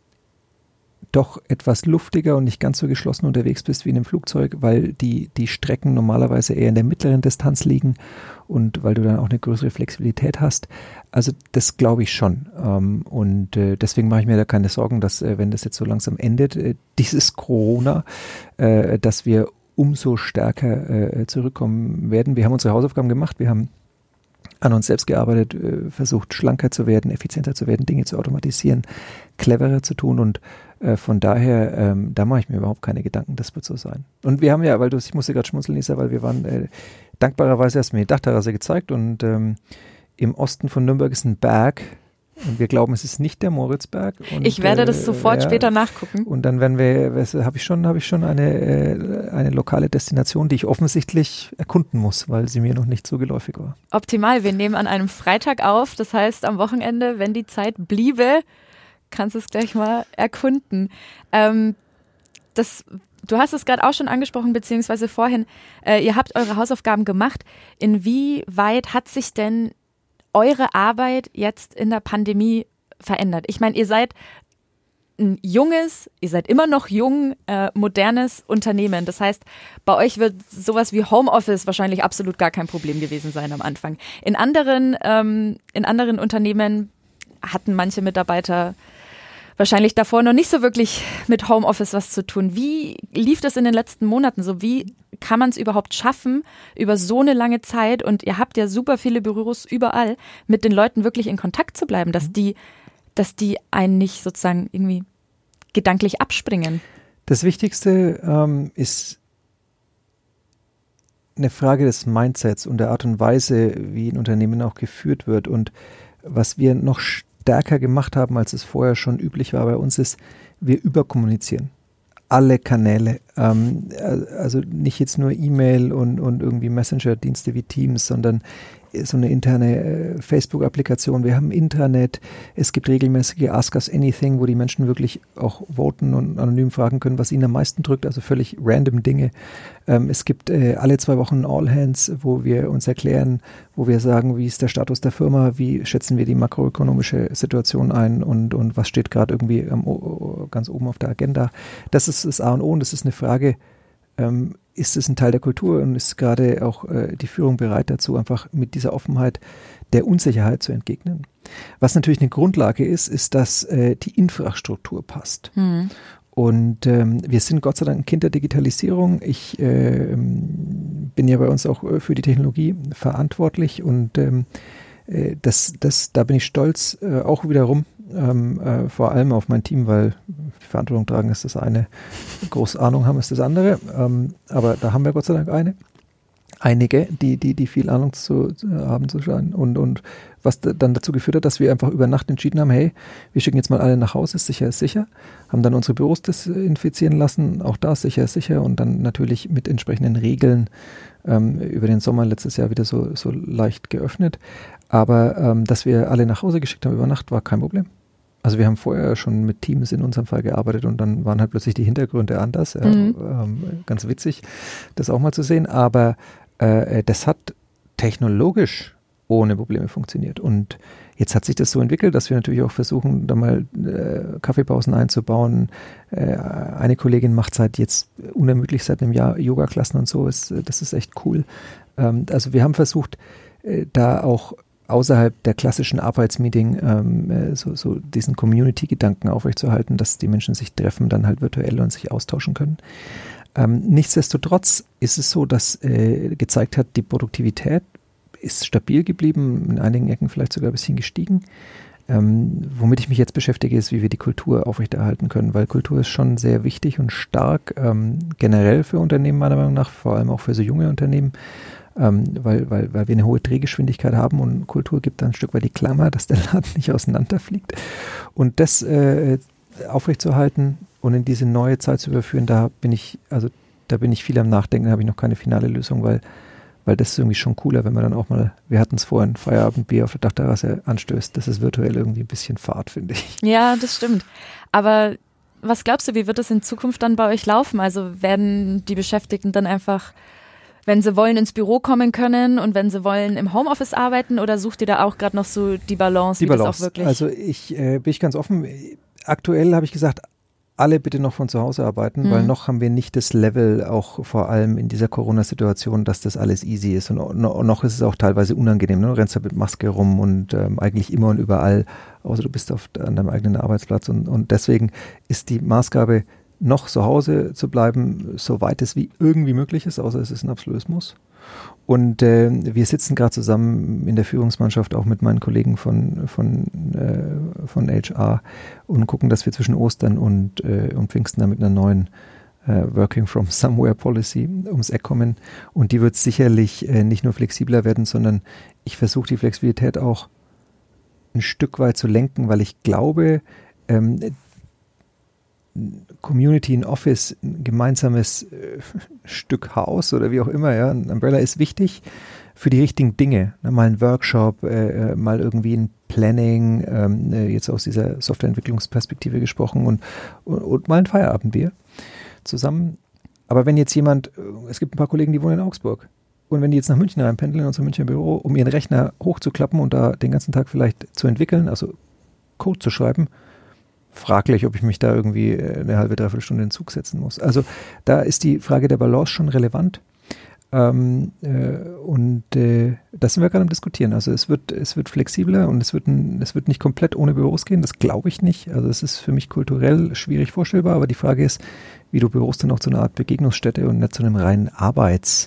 Speaker 3: doch etwas luftiger und nicht ganz so geschlossen unterwegs bist wie in einem Flugzeug, weil die, die Strecken normalerweise eher in der mittleren Distanz liegen und weil du dann auch eine größere Flexibilität hast. Also das glaube ich schon. Ähm, und äh, deswegen mache ich mir da keine Sorgen, dass äh, wenn das jetzt so langsam endet, äh, dieses Corona, äh, dass wir umso stärker äh, zurückkommen werden. Wir haben unsere Hausaufgaben gemacht, wir haben an uns selbst gearbeitet, äh, versucht schlanker zu werden, effizienter zu werden, Dinge zu automatisieren, cleverer zu tun und äh, von daher, ähm, da mache ich mir überhaupt keine Gedanken, das wird so sein. Und wir haben ja, weil du, ich musste gerade schmunzeln, Lisa, weil wir waren äh, dankbarerweise, hast du mir die Dachterrasse gezeigt und ähm, im Osten von Nürnberg ist ein Berg und wir glauben, es ist nicht der Moritzberg. Und,
Speaker 1: ich werde das sofort
Speaker 3: äh, ja,
Speaker 1: später nachgucken.
Speaker 3: Und dann werden wir, habe ich schon, habe ich schon eine, äh, eine lokale Destination, die ich offensichtlich erkunden muss, weil sie mir noch nicht so geläufig war.
Speaker 1: Optimal, wir nehmen an einem Freitag auf, das heißt am Wochenende, wenn die Zeit bliebe, kannst du es gleich mal erkunden. Ähm, das, du hast es gerade auch schon angesprochen, beziehungsweise vorhin, äh, ihr habt eure Hausaufgaben gemacht. Inwieweit hat sich denn eure Arbeit jetzt in der Pandemie verändert? Ich meine, ihr seid ein junges, ihr seid immer noch jung, äh, modernes Unternehmen. Das heißt, bei euch wird sowas wie Homeoffice wahrscheinlich absolut gar kein Problem gewesen sein am Anfang. In anderen, ähm, in anderen Unternehmen hatten manche Mitarbeiter wahrscheinlich davor noch nicht so wirklich mit Homeoffice was zu tun. Wie lief das in den letzten Monaten so? Wie kann man es überhaupt schaffen, über so eine lange Zeit, und ihr habt ja super viele Büros überall, mit den Leuten wirklich in Kontakt zu bleiben, dass die, dass die einen nicht sozusagen irgendwie gedanklich abspringen?
Speaker 3: Das Wichtigste ähm, ist eine Frage des Mindsets und der Art und Weise, wie ein Unternehmen auch geführt wird. Und was wir noch stärker gemacht haben, als es vorher schon üblich war bei uns, ist, wir überkommunizieren. Alle Kanäle, ähm, also nicht jetzt nur E-Mail und, und irgendwie Messenger-Dienste wie Teams, sondern so eine interne äh, Facebook-Applikation. Wir haben Intranet, es gibt regelmäßige Ask Us Anything, wo die Menschen wirklich auch voten und anonym fragen können, was ihnen am meisten drückt, also völlig random Dinge. Ähm, es gibt äh, alle zwei Wochen All Hands, wo wir uns erklären, wo wir sagen, wie ist der Status der Firma, wie schätzen wir die makroökonomische Situation ein und, und was steht gerade irgendwie ähm, ganz oben auf der Agenda. Das ist das A und O und das ist eine Frage, ähm, ist es ein Teil der Kultur und ist gerade auch äh, die Führung bereit dazu, einfach mit dieser Offenheit der Unsicherheit zu entgegnen. Was natürlich eine Grundlage ist, ist, dass äh, die Infrastruktur passt. Mhm. Und ähm, wir sind Gott sei Dank ein Kind der Digitalisierung. Ich äh, bin ja bei uns auch für die Technologie verantwortlich und ähm, äh, das, das, da bin ich stolz äh, auch wiederum. Ähm, äh, vor allem auf mein Team, weil die Verantwortung tragen ist das eine, große Ahnung haben ist das andere, ähm, aber da haben wir Gott sei Dank eine, einige, die, die, die viel Ahnung zu, zu haben zu scheinen und, und was da, dann dazu geführt hat, dass wir einfach über Nacht entschieden haben, hey, wir schicken jetzt mal alle nach Hause, ist sicher, ist sicher, haben dann unsere Büros desinfizieren lassen, auch da ist sicher, ist sicher und dann natürlich mit entsprechenden Regeln ähm, über den Sommer letztes Jahr wieder so, so leicht geöffnet. Aber ähm, dass wir alle nach Hause geschickt haben über Nacht, war kein Problem. Also wir haben vorher schon mit Teams in unserem Fall gearbeitet und dann waren halt plötzlich die Hintergründe anders. Ja, mhm. ähm, ganz witzig, das auch mal zu sehen. Aber äh, das hat technologisch ohne Probleme funktioniert. Und jetzt hat sich das so entwickelt, dass wir natürlich auch versuchen, da mal äh, Kaffeepausen einzubauen. Äh, eine Kollegin macht seit jetzt unermüdlich seit einem Jahr Yoga-Klassen und so. Ist, das ist echt cool. Ähm, also wir haben versucht, äh, da auch außerhalb der klassischen Arbeitsmeeting ähm, so, so diesen Community-Gedanken aufrechtzuerhalten, dass die Menschen sich treffen, dann halt virtuell und sich austauschen können. Ähm, nichtsdestotrotz ist es so, dass äh, gezeigt hat, die Produktivität ist stabil geblieben, in einigen Ecken vielleicht sogar ein bisschen gestiegen. Ähm, womit ich mich jetzt beschäftige, ist, wie wir die Kultur aufrechterhalten können, weil Kultur ist schon sehr wichtig und stark ähm, generell für Unternehmen meiner Meinung nach, vor allem auch für so junge Unternehmen, ähm, weil, weil, weil wir eine hohe Drehgeschwindigkeit haben und Kultur gibt dann ein Stück weit die Klammer, dass der Laden nicht auseinanderfliegt. Und das äh, aufrechtzuerhalten und in diese neue Zeit zu überführen, da bin ich, also da bin ich viel am Nachdenken, da habe ich noch keine finale Lösung, weil Weil das ist irgendwie schon cooler, wenn man dann auch mal, wir hatten es vorhin, Feierabendbier auf der Dachterrasse anstößt. Das ist virtuell irgendwie ein bisschen Fahrt, finde ich.
Speaker 1: Ja, das stimmt. Aber was glaubst du, wie wird es in Zukunft dann bei euch laufen? Also werden die Beschäftigten dann einfach, wenn sie wollen, ins Büro kommen können und wenn sie wollen, im Homeoffice arbeiten oder sucht ihr da auch gerade noch so die Balance,
Speaker 3: die
Speaker 1: wie
Speaker 3: Balance.
Speaker 1: das auch wirklich?
Speaker 3: Also ich äh, bin ich ganz offen. Aktuell habe ich gesagt, alle bitte noch von zu Hause arbeiten, mhm. weil noch haben wir nicht das Level, auch vor allem in dieser Corona-Situation, dass das alles easy ist. Und no, noch ist es auch teilweise unangenehm. Ne? Du rennst da mit Maske rum und ähm, eigentlich immer und überall, außer du bist auf, an deinem eigenen Arbeitsplatz. Und, und deswegen ist die Maßgabe, noch zu Hause zu bleiben, soweit es wie irgendwie möglich ist, außer es ist ein absolutes Muss. Und äh, wir sitzen gerade zusammen in der Führungsmannschaft auch mit meinen Kollegen von, von, äh, von H R und gucken, dass wir zwischen Ostern und, äh, und Pfingsten da mit einer neuen äh, Working from Somewhere Policy ums Eck kommen. Und die wird sicherlich äh, nicht nur flexibler werden, sondern ich versuche die Flexibilität auch ein Stück weit zu lenken, weil ich glaube, ähm, Community in Office, ein gemeinsames äh, Stück Haus oder wie auch immer, ja, ein Umbrella ist wichtig für die richtigen Dinge. Ne, mal ein Workshop, äh, mal irgendwie ein Planning, ähm, jetzt aus dieser Softwareentwicklungsperspektive gesprochen und, und, und mal ein Feierabendbier zusammen. Aber wenn jetzt jemand, es gibt ein paar Kollegen, die wohnen in Augsburg und wenn die jetzt nach München reinpendeln, in unser Münchner Büro, um ihren Rechner hochzuklappen und da den ganzen Tag vielleicht zu entwickeln, also Code zu schreiben, fraglich, ob ich mich da irgendwie eine halbe, dreiviertel Stunde in den Zug setzen muss. Also da ist die Frage der Balance schon relevant. Ähm, äh, und äh, das sind wir gerade am Diskutieren. Also es wird, es wird flexibler und es wird, ein, es wird nicht komplett ohne Büros gehen. Das glaube ich nicht. Also es ist für mich kulturell schwierig vorstellbar. Aber die Frage ist, wie du Büros dann auch zu einer Art Begegnungsstätte und nicht zu einem reinen Arbeitsort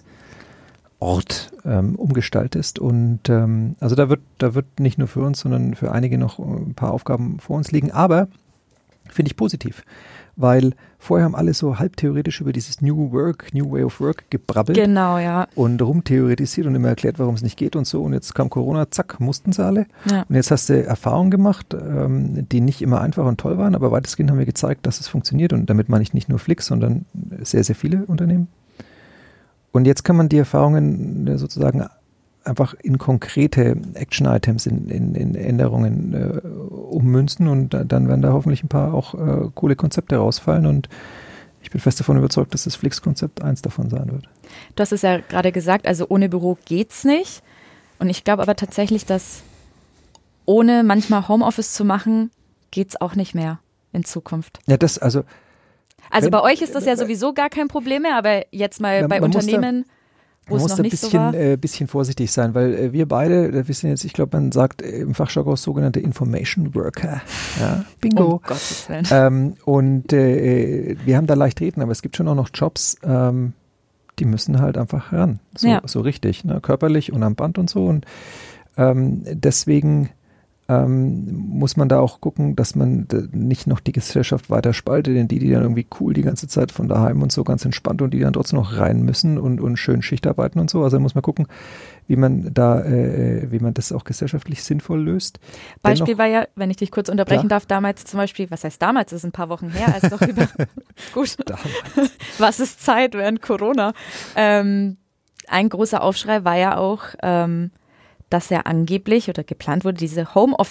Speaker 3: ähm, umgestaltest. Und ähm, also da wird, da wird nicht nur für uns, sondern für einige noch ein paar Aufgaben vor uns liegen. Aber finde ich positiv, weil vorher haben alle so halb theoretisch über dieses New Work, New Way of Work gebrabbelt.
Speaker 1: Genau, ja.
Speaker 3: Und rumtheoretisiert und immer erklärt, warum es nicht geht und so. Und jetzt kam Corona, zack, mussten sie alle.
Speaker 1: Ja.
Speaker 3: Und jetzt hast du Erfahrungen gemacht, ähm, die nicht immer einfach und toll waren, aber weitestgehend haben wir gezeigt, dass es funktioniert. Und damit meine ich nicht nur Flix, sondern sehr, sehr viele Unternehmen. Und jetzt kann man die Erfahrungen sozusagen einfach in konkrete Action-Items, in, in, in Änderungen äh, ummünzen und da, dann werden da hoffentlich ein paar auch äh, coole Konzepte rausfallen und ich bin fest davon überzeugt, dass das Flix-Konzept eins davon sein wird.
Speaker 1: Du hast es ja gerade gesagt, also ohne Büro geht's nicht und ich glaube aber tatsächlich, dass ohne manchmal Homeoffice zu machen, geht's auch nicht mehr in Zukunft.
Speaker 3: Ja, das also
Speaker 1: Also
Speaker 3: wenn,
Speaker 1: bei euch ist das ja sowieso gar kein Problem mehr, aber jetzt mal
Speaker 3: man,
Speaker 1: bei
Speaker 3: man
Speaker 1: Unternehmen...
Speaker 3: Man muss da ein bisschen, äh, bisschen vorsichtig sein, weil äh, wir beide, wir sind jetzt, ich glaube, man sagt äh, im Fachjargon sogenannte Information Worker. Ja, bingo.
Speaker 1: Um Gottes Willen.
Speaker 3: Ähm, und äh, wir haben da leicht reden, aber es gibt schon auch noch Jobs, ähm, die müssen halt einfach ran. So,
Speaker 1: ja.
Speaker 3: so richtig, ne? Körperlich und am Band und so. Und ähm, deswegen ähm, muss man da auch gucken, dass man d- nicht noch die Gesellschaft weiter spaltet, in die, die dann irgendwie cool die ganze Zeit von daheim und so ganz entspannt und die dann trotzdem noch rein müssen und, und schön Schicht arbeiten und so. Also da muss man gucken, wie man da, äh, wie man das auch gesellschaftlich sinnvoll löst.
Speaker 1: Beispiel
Speaker 3: Dennoch,
Speaker 1: war ja, wenn ich dich kurz unterbrechen
Speaker 3: ja.
Speaker 1: darf, damals zum Beispiel, was heißt damals, das ist ein paar Wochen her, als doch über, gut, was ist Zeit während Corona? Ähm, ein großer Aufschrei war ja auch, ähm, dass ja angeblich oder geplant wurde, diese Homeoffice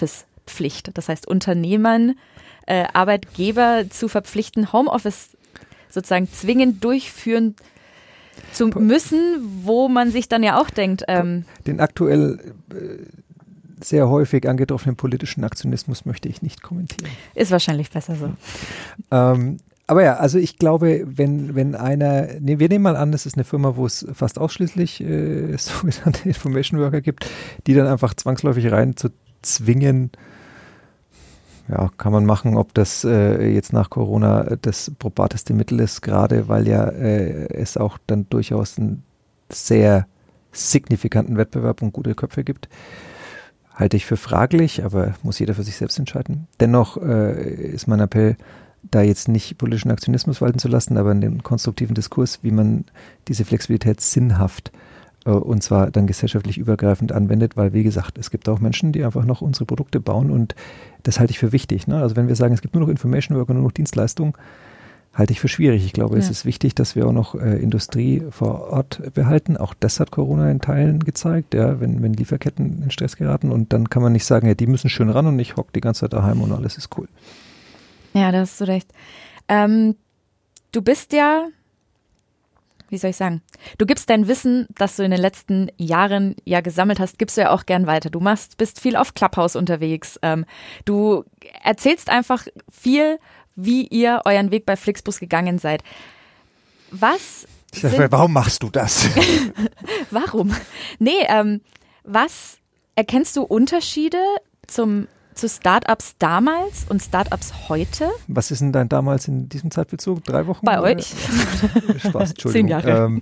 Speaker 1: Pflicht. Das heißt, Unternehmern, äh, Arbeitgeber zu verpflichten, Homeoffice sozusagen zwingend durchführen zu müssen, wo man sich dann ja auch denkt. Ähm,
Speaker 3: Den aktuell äh, sehr häufig angetroffenen politischen Aktionismus möchte ich nicht kommentieren.
Speaker 1: Ist wahrscheinlich besser so.
Speaker 3: Ähm, aber ja, also ich glaube, wenn, wenn einer, nee, wir nehmen mal an, das ist eine Firma, wo es fast ausschließlich äh, sogenannte Information Worker gibt, die dann einfach zwangsläufig rein zu zwingen, ja, kann man machen, ob das äh, jetzt nach Corona das probateste Mittel ist, gerade weil ja äh, es auch dann durchaus einen sehr signifikanten Wettbewerb und gute Köpfe gibt. Halte ich für fraglich, aber muss jeder für sich selbst entscheiden. Dennoch äh, ist mein Appell, da jetzt nicht politischen Aktionismus walten zu lassen, aber einen konstruktiven Diskurs, wie man diese Flexibilität sinnhaft äh, und zwar dann gesellschaftlich übergreifend anwendet, weil wie gesagt, es gibt auch Menschen, die einfach noch unsere Produkte bauen und das halte ich für wichtig. Ne? Also wenn wir sagen, es gibt nur noch Information Work und nur noch Dienstleistung, halte ich für schwierig. Ich glaube, ja. es ist wichtig, dass wir auch noch äh, Industrie vor Ort behalten. Auch das hat Corona in Teilen gezeigt, ja, wenn, wenn Lieferketten in Stress geraten und dann kann man nicht sagen, ja, die müssen schön ran und ich hocke die ganze Zeit daheim und alles ist cool.
Speaker 1: Ja, da hast du recht. Ähm, du bist ja, wie soll ich sagen, du gibst dein Wissen, das du in den letzten Jahren ja gesammelt hast, gibst du ja auch gern weiter. Du machst, bist viel auf Clubhouse unterwegs. Ähm, du erzählst einfach viel, wie ihr euren Weg bei Flixbus gegangen seid. Was
Speaker 3: Ich sag, warum machst du das?
Speaker 1: Warum? Nee, ähm, was erkennst du Unterschiede zum zu Startups damals und Startups heute?
Speaker 3: Was ist denn dein damals in diesem Zeitbezug? Drei Wochen?
Speaker 1: Bei euch?
Speaker 3: Spaß, Entschuldigung.
Speaker 1: Zehn Jahre.
Speaker 3: Ähm,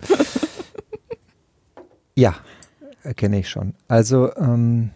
Speaker 3: ja, erkenne ich schon. Also ähm,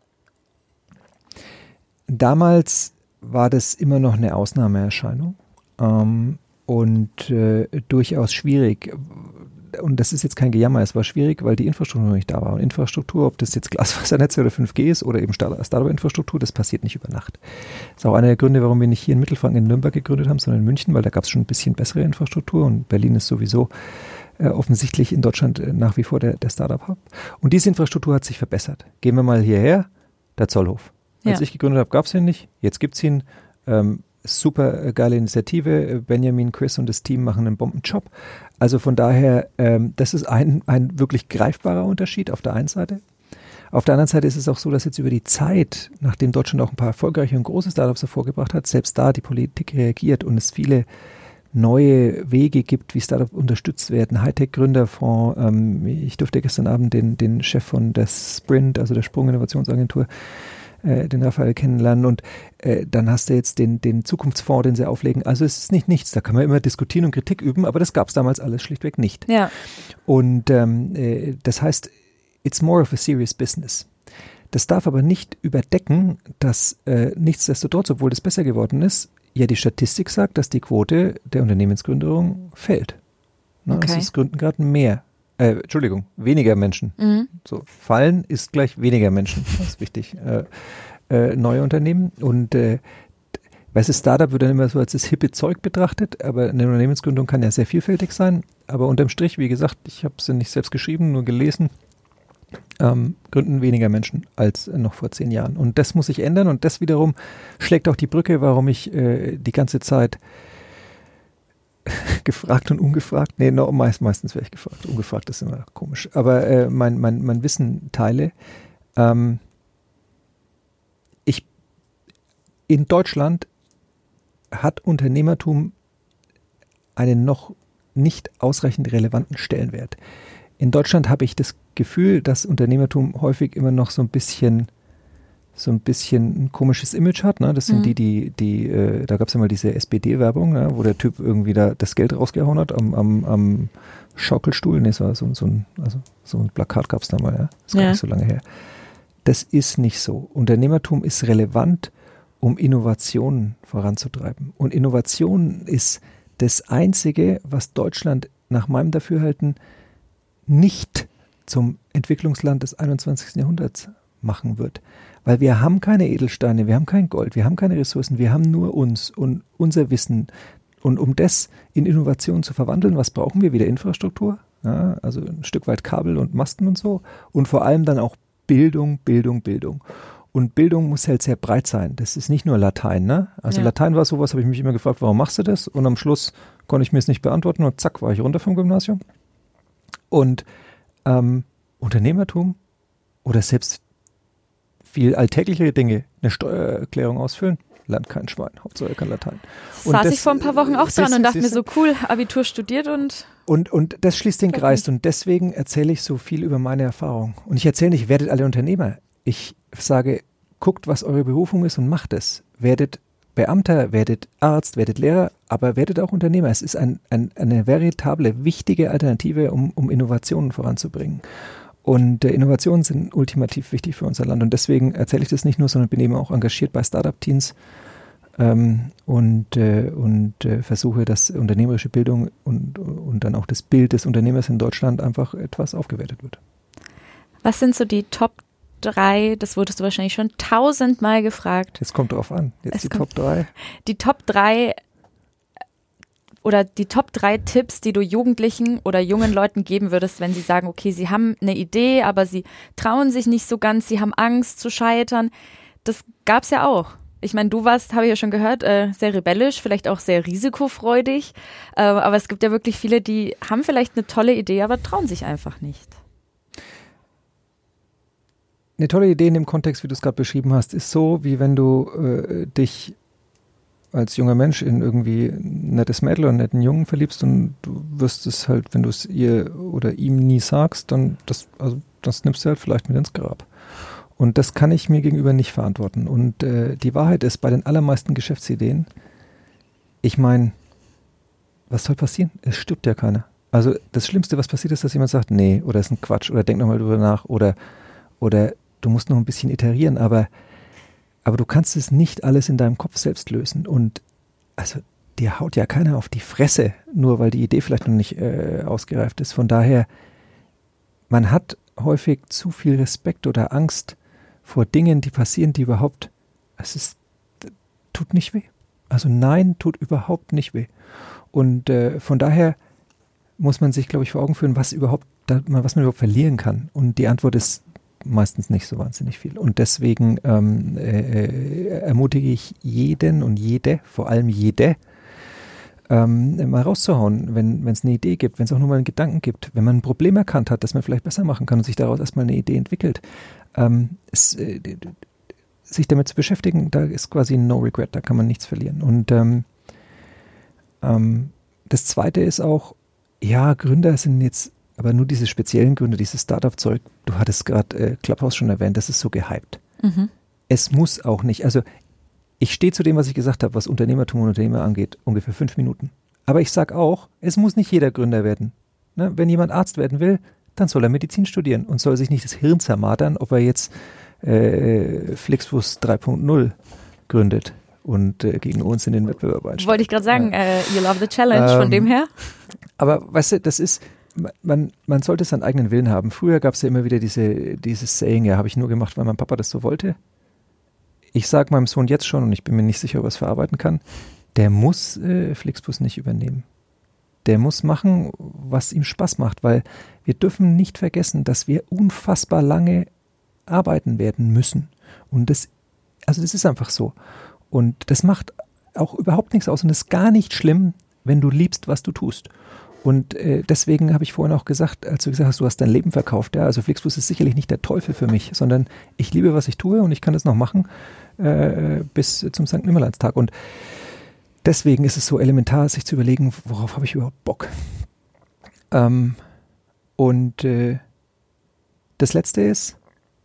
Speaker 3: damals war das immer noch eine Ausnahmeerscheinung ähm, und äh, durchaus schwierig. Und das ist jetzt kein Gejammer, es war schwierig, weil die Infrastruktur noch nicht da war. Und Infrastruktur, ob das jetzt Glasfasernetz oder fünf G ist oder eben Startup-Infrastruktur, das passiert nicht über Nacht. Das ist auch einer der Gründe, warum wir nicht hier in Mittelfranken in Nürnberg gegründet haben, sondern in München, weil da gab es schon ein bisschen bessere Infrastruktur und Berlin ist sowieso äh, offensichtlich in Deutschland äh, nach wie vor der, der Startup-Hub. Und diese Infrastruktur hat sich verbessert. Gehen wir mal hierher, der Zollhof. Als ja. ich gegründet habe, gab es ihn nicht, jetzt gibt es ihn. Ähm, super geile Initiative. Benjamin, Chris und das Team machen einen Bombenjob. Also von daher, ähm, das ist ein, ein wirklich greifbarer Unterschied auf der einen Seite. Auf der anderen Seite ist es auch so, dass jetzt über die Zeit, nachdem Deutschland auch ein paar erfolgreiche und große Startups hervorgebracht hat, selbst da die Politik reagiert und es viele neue Wege gibt, wie Startups unterstützt werden. Hightech-Gründerfonds. Ähm, ich durfte gestern Abend den, den Chef von der Sprint, also der Sprung-Innovationsagentur, den Raphael kennenlernen und äh, dann hast du jetzt den, den Zukunftsfonds, den sie auflegen. Also es ist nicht nichts, da kann man immer diskutieren und Kritik üben, aber das gab es damals alles schlichtweg nicht.
Speaker 1: Ja.
Speaker 3: Und ähm, äh, das heißt, it's more of a serious business. Das darf aber nicht überdecken, dass äh, nichtsdestotrotz, obwohl das besser geworden ist, ja die Statistik sagt, dass die Quote der Unternehmensgründung fällt. Ne?
Speaker 1: Okay.
Speaker 3: Also es gründen gerade mehr Äh, Entschuldigung, weniger Menschen. Mhm. So, fallen ist gleich weniger Menschen. Das ist wichtig. Äh, äh, neue Unternehmen und äh, weißt du, Startup wird dann immer so als das hippe Zeug betrachtet, aber eine Unternehmensgründung kann ja sehr vielfältig sein. Aber unterm Strich, wie gesagt, ich habe es ja nicht selbst geschrieben, nur gelesen, ähm, gründen weniger Menschen als noch vor zehn Jahren. Und das muss sich ändern und das wiederum schlägt auch die Brücke, warum ich äh, die ganze Zeit gefragt und ungefragt, nee, no, meist, meistens wäre ich gefragt, ungefragt ist immer komisch, aber äh, mein, mein, mein Wissen teile. Ähm, ich, in Deutschland hat Unternehmertum einen noch nicht ausreichend relevanten Stellenwert. In Deutschland habe ich das Gefühl, dass Unternehmertum häufig immer noch so ein bisschen so ein bisschen ein komisches Image hat. Ne? Das sind mhm. die, die, die äh, da gab es ja mal diese S P D-Werbung, ne? Wo der Typ irgendwie da das Geld rausgehauen hat am, am, am Schaukelstuhl. Nee, es war so, so, ein, also so ein Plakat gab es da mal, ja. Das ist gar ja. nicht so lange her. Das ist nicht so. Unternehmertum ist relevant, um Innovationen voranzutreiben. Und Innovation ist das Einzige, was Deutschland nach meinem Dafürhalten nicht zum Entwicklungsland des einundzwanzigsten Jahrhunderts machen wird. Weil wir haben keine Edelsteine, wir haben kein Gold, wir haben keine Ressourcen, wir haben nur uns und unser Wissen. Und um das in Innovation zu verwandeln, was brauchen wir? Wieder Infrastruktur, ja, also ein Stück weit Kabel und Masten und so. Und vor allem dann auch Bildung, Bildung, Bildung. Und Bildung muss halt sehr breit sein. Das ist nicht nur Latein, ne? Also
Speaker 1: ja.
Speaker 3: Latein war sowas, habe ich mich immer gefragt, warum machst du das? Und am Schluss konnte ich mir es nicht beantworten und zack, war ich runter vom Gymnasium. Und ähm, Unternehmertum oder selbst viel alltägliche Dinge, eine Steuererklärung ausfüllen, lernt kein Schwein, Hauptsache er kann Latein.
Speaker 1: Und saß das, ich vor ein paar Wochen auch dran und dachte mir so, cool, Abitur studiert und...
Speaker 3: Und, und das schließt den Kreis und deswegen erzähle ich so viel über meine Erfahrung. Und ich erzähle nicht, werdet alle Unternehmer. Ich sage, guckt, was eure Berufung ist und macht es. Werdet Beamter, werdet Arzt, werdet Lehrer, aber werdet auch Unternehmer. Es ist ein, ein, eine veritable, wichtige Alternative, um, um Innovationen voranzubringen. Und äh, Innovationen sind ultimativ wichtig für unser Land. Und deswegen erzähle ich das nicht nur, sondern bin eben auch engagiert bei Startup-Teams ähm, und, äh, und äh, versuche, dass unternehmerische Bildung und, und dann auch das Bild des Unternehmers in Deutschland einfach etwas aufgewertet wird.
Speaker 1: Was sind so die Top drei, das wurdest du wahrscheinlich schon tausendmal gefragt.
Speaker 3: Jetzt kommt drauf an, jetzt es die Top drei.
Speaker 1: Die Top drei oder die Top drei Tipps, die du Jugendlichen oder jungen Leuten geben würdest, wenn sie sagen, okay, sie haben eine Idee, aber sie trauen sich nicht so ganz, sie haben Angst zu scheitern. Das gab's ja auch. Ich meine, du warst, habe ich ja schon gehört, äh, sehr rebellisch, vielleicht auch sehr risikofreudig, äh, aber es gibt ja wirklich viele, die haben vielleicht eine tolle Idee, aber trauen sich einfach nicht.
Speaker 3: Eine tolle Idee in dem Kontext, wie du es gerade beschrieben hast, ist so, wie wenn du äh, dich als junger Mensch in irgendwie ein nettes Mädel oder einen netten Jungen verliebst und du wirst es halt, wenn du es ihr oder ihm nie sagst, dann das, also das nimmst du halt vielleicht mit ins Grab. Und das kann ich mir gegenüber nicht verantworten. Und äh, die Wahrheit ist, bei den allermeisten Geschäftsideen, ich meine, was soll passieren? Es stirbt ja keiner. Also das Schlimmste, was passiert ist, dass jemand sagt, nee, oder ist ein Quatsch, oder denk nochmal drüber nach, oder oder du musst noch ein bisschen iterieren, aber, aber du kannst es nicht alles in deinem Kopf selbst lösen. Und also dir haut ja keiner auf die Fresse, nur weil die Idee vielleicht noch nicht äh, ausgereift ist. Von daher, man hat häufig zu viel Respekt oder Angst vor Dingen, die passieren, die überhaupt, es ist, tut nicht weh. Also nein, tut überhaupt nicht weh. Und äh, von daher muss man sich, glaube ich, vor Augen führen, was überhaupt, da, was man überhaupt verlieren kann. Und die Antwort ist meistens nicht so wahnsinnig viel. Und deswegen ähm, äh, ermutige ich jeden und jede, vor allem jede, ähm, mal rauszuhauen, wenn es eine Idee gibt, wenn es auch nur mal einen Gedanken gibt, wenn man ein Problem erkannt hat, das man vielleicht besser machen kann und sich daraus erstmal eine Idee entwickelt. Ähm, es, äh, sich damit zu beschäftigen, da ist quasi no regret, da kann man nichts verlieren. Und ähm, ähm, das Zweite ist auch, ja, Gründer sind jetzt aber nur diese speziellen Gründe, dieses Startup-Zeug, du hattest gerade äh, Clubhouse schon erwähnt, das ist so gehypt. Mhm. Es muss auch nicht, also ich stehe zu dem, was ich gesagt habe, was Unternehmertum und Unternehmer angeht, ungefähr fünf Minuten. Aber ich sage auch, es muss nicht jeder Gründer werden. Ne? Wenn jemand Arzt werden will, dann soll er Medizin studieren und soll sich nicht das Hirn zermartern, ob er jetzt äh, Flixbus drei Punkt null gründet und äh, gegen uns in den Wettbewerb einsteigt.
Speaker 1: Wollte ich gerade sagen, ja. uh, you love the challenge, ähm, von dem her.
Speaker 3: Aber weißt du, das ist, Man, man sollte seinen eigenen Willen haben. Früher gab es ja immer wieder diese, dieses Saying, ja, habe ich nur gemacht, weil mein Papa das so wollte. Ich sage meinem Sohn jetzt schon, und ich bin mir nicht sicher, ob er es verarbeiten kann, der muss äh, Flixbus nicht übernehmen. Der muss machen, was ihm Spaß macht, weil wir dürfen nicht vergessen, dass wir unfassbar lange arbeiten werden müssen. Und das, also das ist einfach so. Und das macht auch überhaupt nichts aus und das ist gar nicht schlimm, wenn du liebst, was du tust. Und äh, deswegen habe ich vorhin auch gesagt, als du gesagt hast, du hast dein Leben verkauft, ja, also Flixbus ist sicherlich nicht der Teufel für mich, sondern ich liebe, was ich tue und ich kann das noch machen äh, bis zum Sankt Nimmerleinstag. Und deswegen ist es so elementar, sich zu überlegen, worauf habe ich überhaupt Bock. Ähm, und äh, das Letzte ist,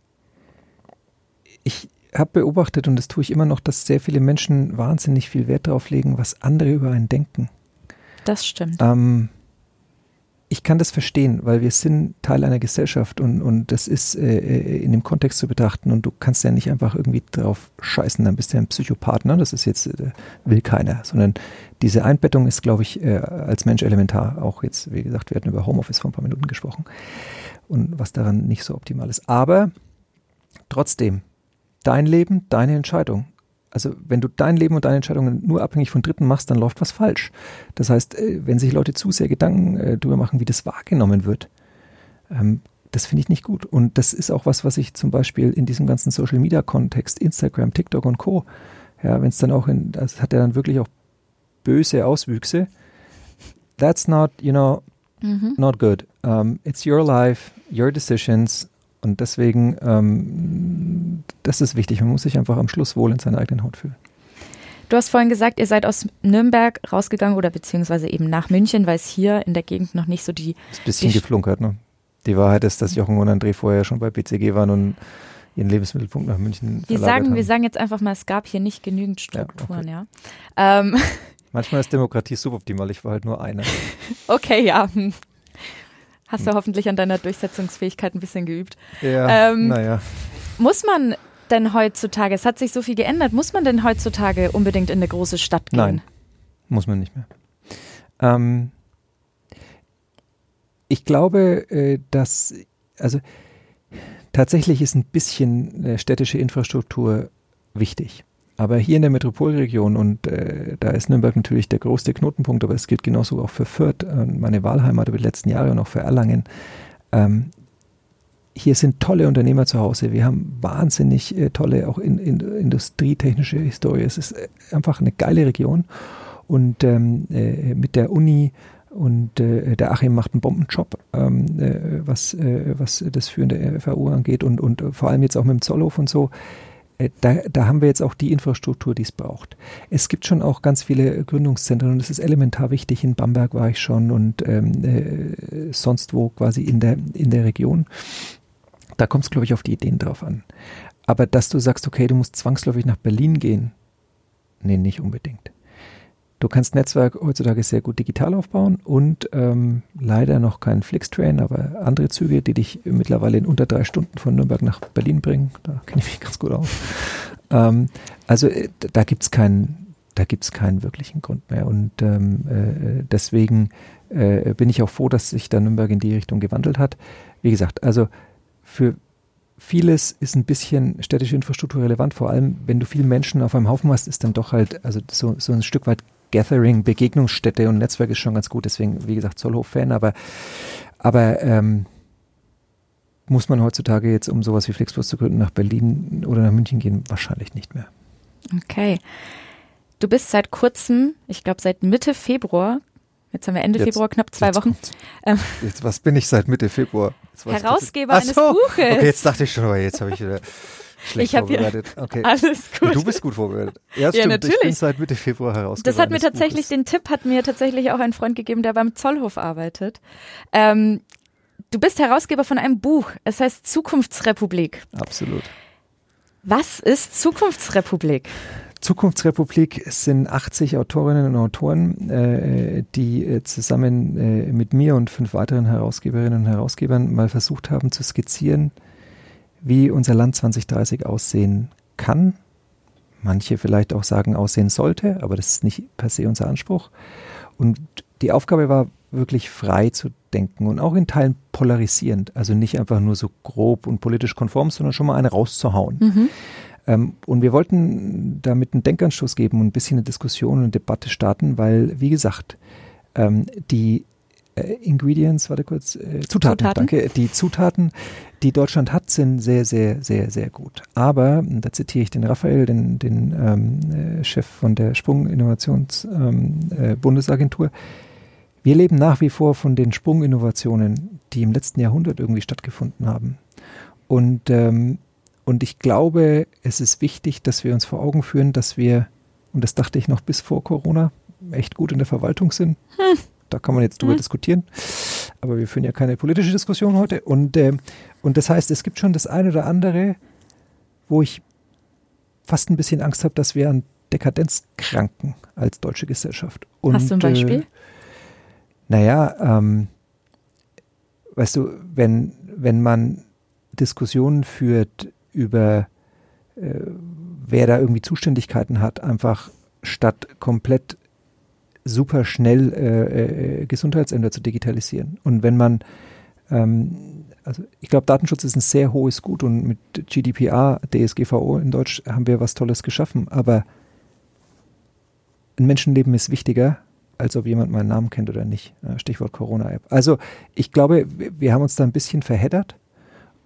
Speaker 3: ich habe beobachtet, und das tue ich immer noch, dass sehr viele Menschen wahnsinnig viel Wert darauf legen, was andere über einen denken.
Speaker 1: Das stimmt.
Speaker 3: Ähm, ich kann das verstehen, weil wir sind Teil einer Gesellschaft und, und das ist äh, in dem Kontext zu betrachten und du kannst ja nicht einfach irgendwie drauf scheißen, dann bist du ja ein Psychopath, ne? Das ist jetzt, äh, will keiner, sondern diese Einbettung ist, glaube ich, äh, als Mensch elementar. Auch jetzt, wie gesagt, wir hatten über Homeoffice vor ein paar Minuten gesprochen und was daran nicht so optimal ist. Aber trotzdem, dein Leben, deine Entscheidung. Also wenn du dein Leben und deine Entscheidungen nur abhängig von Dritten machst, dann läuft was falsch. Das heißt, wenn sich Leute zu sehr Gedanken äh, darüber machen, wie das wahrgenommen wird, ähm, das finde ich nicht gut. Und das ist auch was, was ich zum Beispiel in diesem ganzen Social-Media-Kontext, Instagram, TikTok und Co., ja, wenn es dann auch in, das hat ja dann wirklich auch böse Auswüchse. That's not, you know, mhm. not good. Um, it's your life, your decisions. Und deswegen, ähm, das ist wichtig. Man muss sich einfach am Schluss wohl in seiner eigenen Haut fühlen.
Speaker 1: Du hast vorhin gesagt, ihr seid aus Nürnberg rausgegangen oder beziehungsweise eben nach München, weil es hier in der Gegend noch nicht so die...
Speaker 3: Ist ein bisschen geflunkert, ne? Die Wahrheit ist, dass Jochen und André vorher schon bei B C G waren und ihren Lebensmittelpunkt nach München
Speaker 1: wir
Speaker 3: verlagert
Speaker 1: sagen,
Speaker 3: haben.
Speaker 1: Wir sagen jetzt einfach mal, es gab hier nicht genügend Strukturen, ja. Okay. ja. Ähm.
Speaker 3: Manchmal ist Demokratie suboptimal, ich war halt nur einer.
Speaker 1: Okay, ja. Hast du hm. hoffentlich an deiner Durchsetzungsfähigkeit ein bisschen geübt.
Speaker 3: Ja, ähm, naja.
Speaker 1: Muss man denn heutzutage, es hat sich so viel geändert, muss man denn heutzutage unbedingt in eine große Stadt gehen?
Speaker 3: Nein, muss man nicht mehr. Ähm, ich glaube, äh, dass, also tatsächlich ist ein bisschen äh, städtische Infrastruktur wichtig. Aber hier in der Metropolregion, und äh, da ist Nürnberg natürlich der größte Knotenpunkt, aber es gilt genauso auch für Fürth, äh, meine Wahlheimat über die letzten Jahre und auch für Erlangen. Ähm, hier sind tolle Unternehmer zu Hause. Wir haben wahnsinnig äh, tolle, auch in, in, industrietechnische Historie. Es ist äh, einfach eine geile Region. Und ähm, äh, mit der Uni und äh, der Achim macht einen Bombenjob, ähm, äh, was, äh, was das Führen der F A U angeht und, und vor allem jetzt auch mit dem Zollhof und so. Da, da haben wir jetzt auch die Infrastruktur, die es braucht. Es gibt schon auch ganz viele Gründungszentren und es ist elementar wichtig. In Bamberg war ich schon und ähm, äh, sonst wo quasi in der, in der Region. Da kommt es, glaube ich, auf die Ideen drauf an. Aber dass du sagst, okay, du musst zwangsläufig nach Berlin gehen, nee, nicht unbedingt. Du kannst Netzwerk heutzutage sehr gut digital aufbauen und ähm, leider noch keinen Flixtrain, aber andere Züge, die dich mittlerweile in unter drei Stunden von Nürnberg nach Berlin bringen. Da kenne ich mich ganz gut aus. ähm, also äh, da gibt es keinen, da gibt's keinen wirklichen Grund mehr. Und ähm, äh, deswegen äh, bin ich auch froh, dass sich da Nürnberg in die Richtung gewandelt hat. Wie gesagt, also für vieles ist ein bisschen städtische Infrastruktur relevant, vor allem wenn du viele Menschen auf einem Haufen hast, ist dann doch halt also so, so ein Stück weit Gathering, Begegnungsstätte und Netzwerk ist schon ganz gut, deswegen, wie gesagt, Zollhof-Fan, aber, aber ähm, muss man heutzutage jetzt, um sowas wie Flixbus zu gründen, nach Berlin oder nach München gehen? Wahrscheinlich nicht mehr.
Speaker 1: Okay. Du bist seit kurzem, ich glaube seit Mitte Februar, jetzt haben wir Ende jetzt, Februar, knapp zwei Wochen.
Speaker 3: Ähm, jetzt, was bin ich seit Mitte Februar?
Speaker 1: Herausgeber eines
Speaker 3: so,
Speaker 1: Buches.
Speaker 3: Okay, jetzt dachte ich schon, aber jetzt habe ich wieder schlecht
Speaker 1: ich
Speaker 3: vorbereitet. Okay.
Speaker 1: Alles gut.
Speaker 3: Du bist gut vorbereitet. Ja,
Speaker 1: ja
Speaker 3: stimmt.
Speaker 1: natürlich.
Speaker 3: Ich bin seit Mitte Februar Herausgeber.
Speaker 1: Das hat mir tatsächlich,
Speaker 3: Buches.
Speaker 1: Den Tipp hat mir tatsächlich auch ein Freund gegeben, der beim Zollhof arbeitet. Ähm, du bist Herausgeber von einem Buch. Es heißt Zukunftsrepublik.
Speaker 3: Absolut.
Speaker 1: Was ist Zukunftsrepublik?
Speaker 3: Zukunftsrepublik sind achtzig Autorinnen und Autoren, äh, die äh, zusammen äh, mit mir und fünf weiteren Herausgeberinnen und Herausgebern mal versucht haben zu skizzieren, wie unser Land zwanzig dreißig aussehen kann. Manche vielleicht auch sagen, aussehen sollte, aber das ist nicht per se unser Anspruch. Und die Aufgabe war wirklich frei zu denken und auch in Teilen polarisierend, also nicht einfach nur so grob und politisch konform, sondern schon mal eine rauszuhauen. Mhm. Ähm, und wir wollten damit einen Denkanstoß geben und ein bisschen eine Diskussion und eine Debatte starten, weil, wie gesagt, ähm, die äh, Ingredients, warte kurz, äh, Zutaten, Zutaten, danke, die Zutaten, die Deutschland hat, sind sehr, sehr, sehr, sehr gut. Aber, da zitiere ich den Raphael, den, den ähm, äh, Chef von der Sprung-Innovations-Bundesagentur, ähm, äh, wir leben nach wie vor von den Sprunginnovationen, die im letzten Jahrhundert irgendwie stattgefunden haben. Und ähm, Und ich glaube, es ist wichtig, dass wir uns vor Augen führen, dass wir, und das dachte ich noch bis vor Corona, echt gut in der Verwaltung sind. Hm. Da kann man jetzt drüber hm. diskutieren. Aber wir führen ja keine politische Diskussion heute. Und, äh, und das heißt, es gibt schon das eine oder andere, wo ich fast ein bisschen Angst habe, dass wir an Dekadenz kranken als deutsche Gesellschaft. Und,
Speaker 1: Hast du ein Beispiel?
Speaker 3: Äh, naja, ähm, weißt du, wenn, wenn man Diskussionen führt über äh, wer da irgendwie Zuständigkeiten hat, einfach statt komplett super schnell äh, äh, Gesundheitsämter zu digitalisieren. Und wenn man, ähm, also ich glaube, Datenschutz ist ein sehr hohes Gut und mit G D P R, D S G V O in Deutsch haben wir was Tolles geschaffen, aber ein Menschenleben ist wichtiger, als ob jemand meinen Namen kennt oder nicht. Stichwort Corona-App. Also ich glaube, wir haben uns da ein bisschen verheddert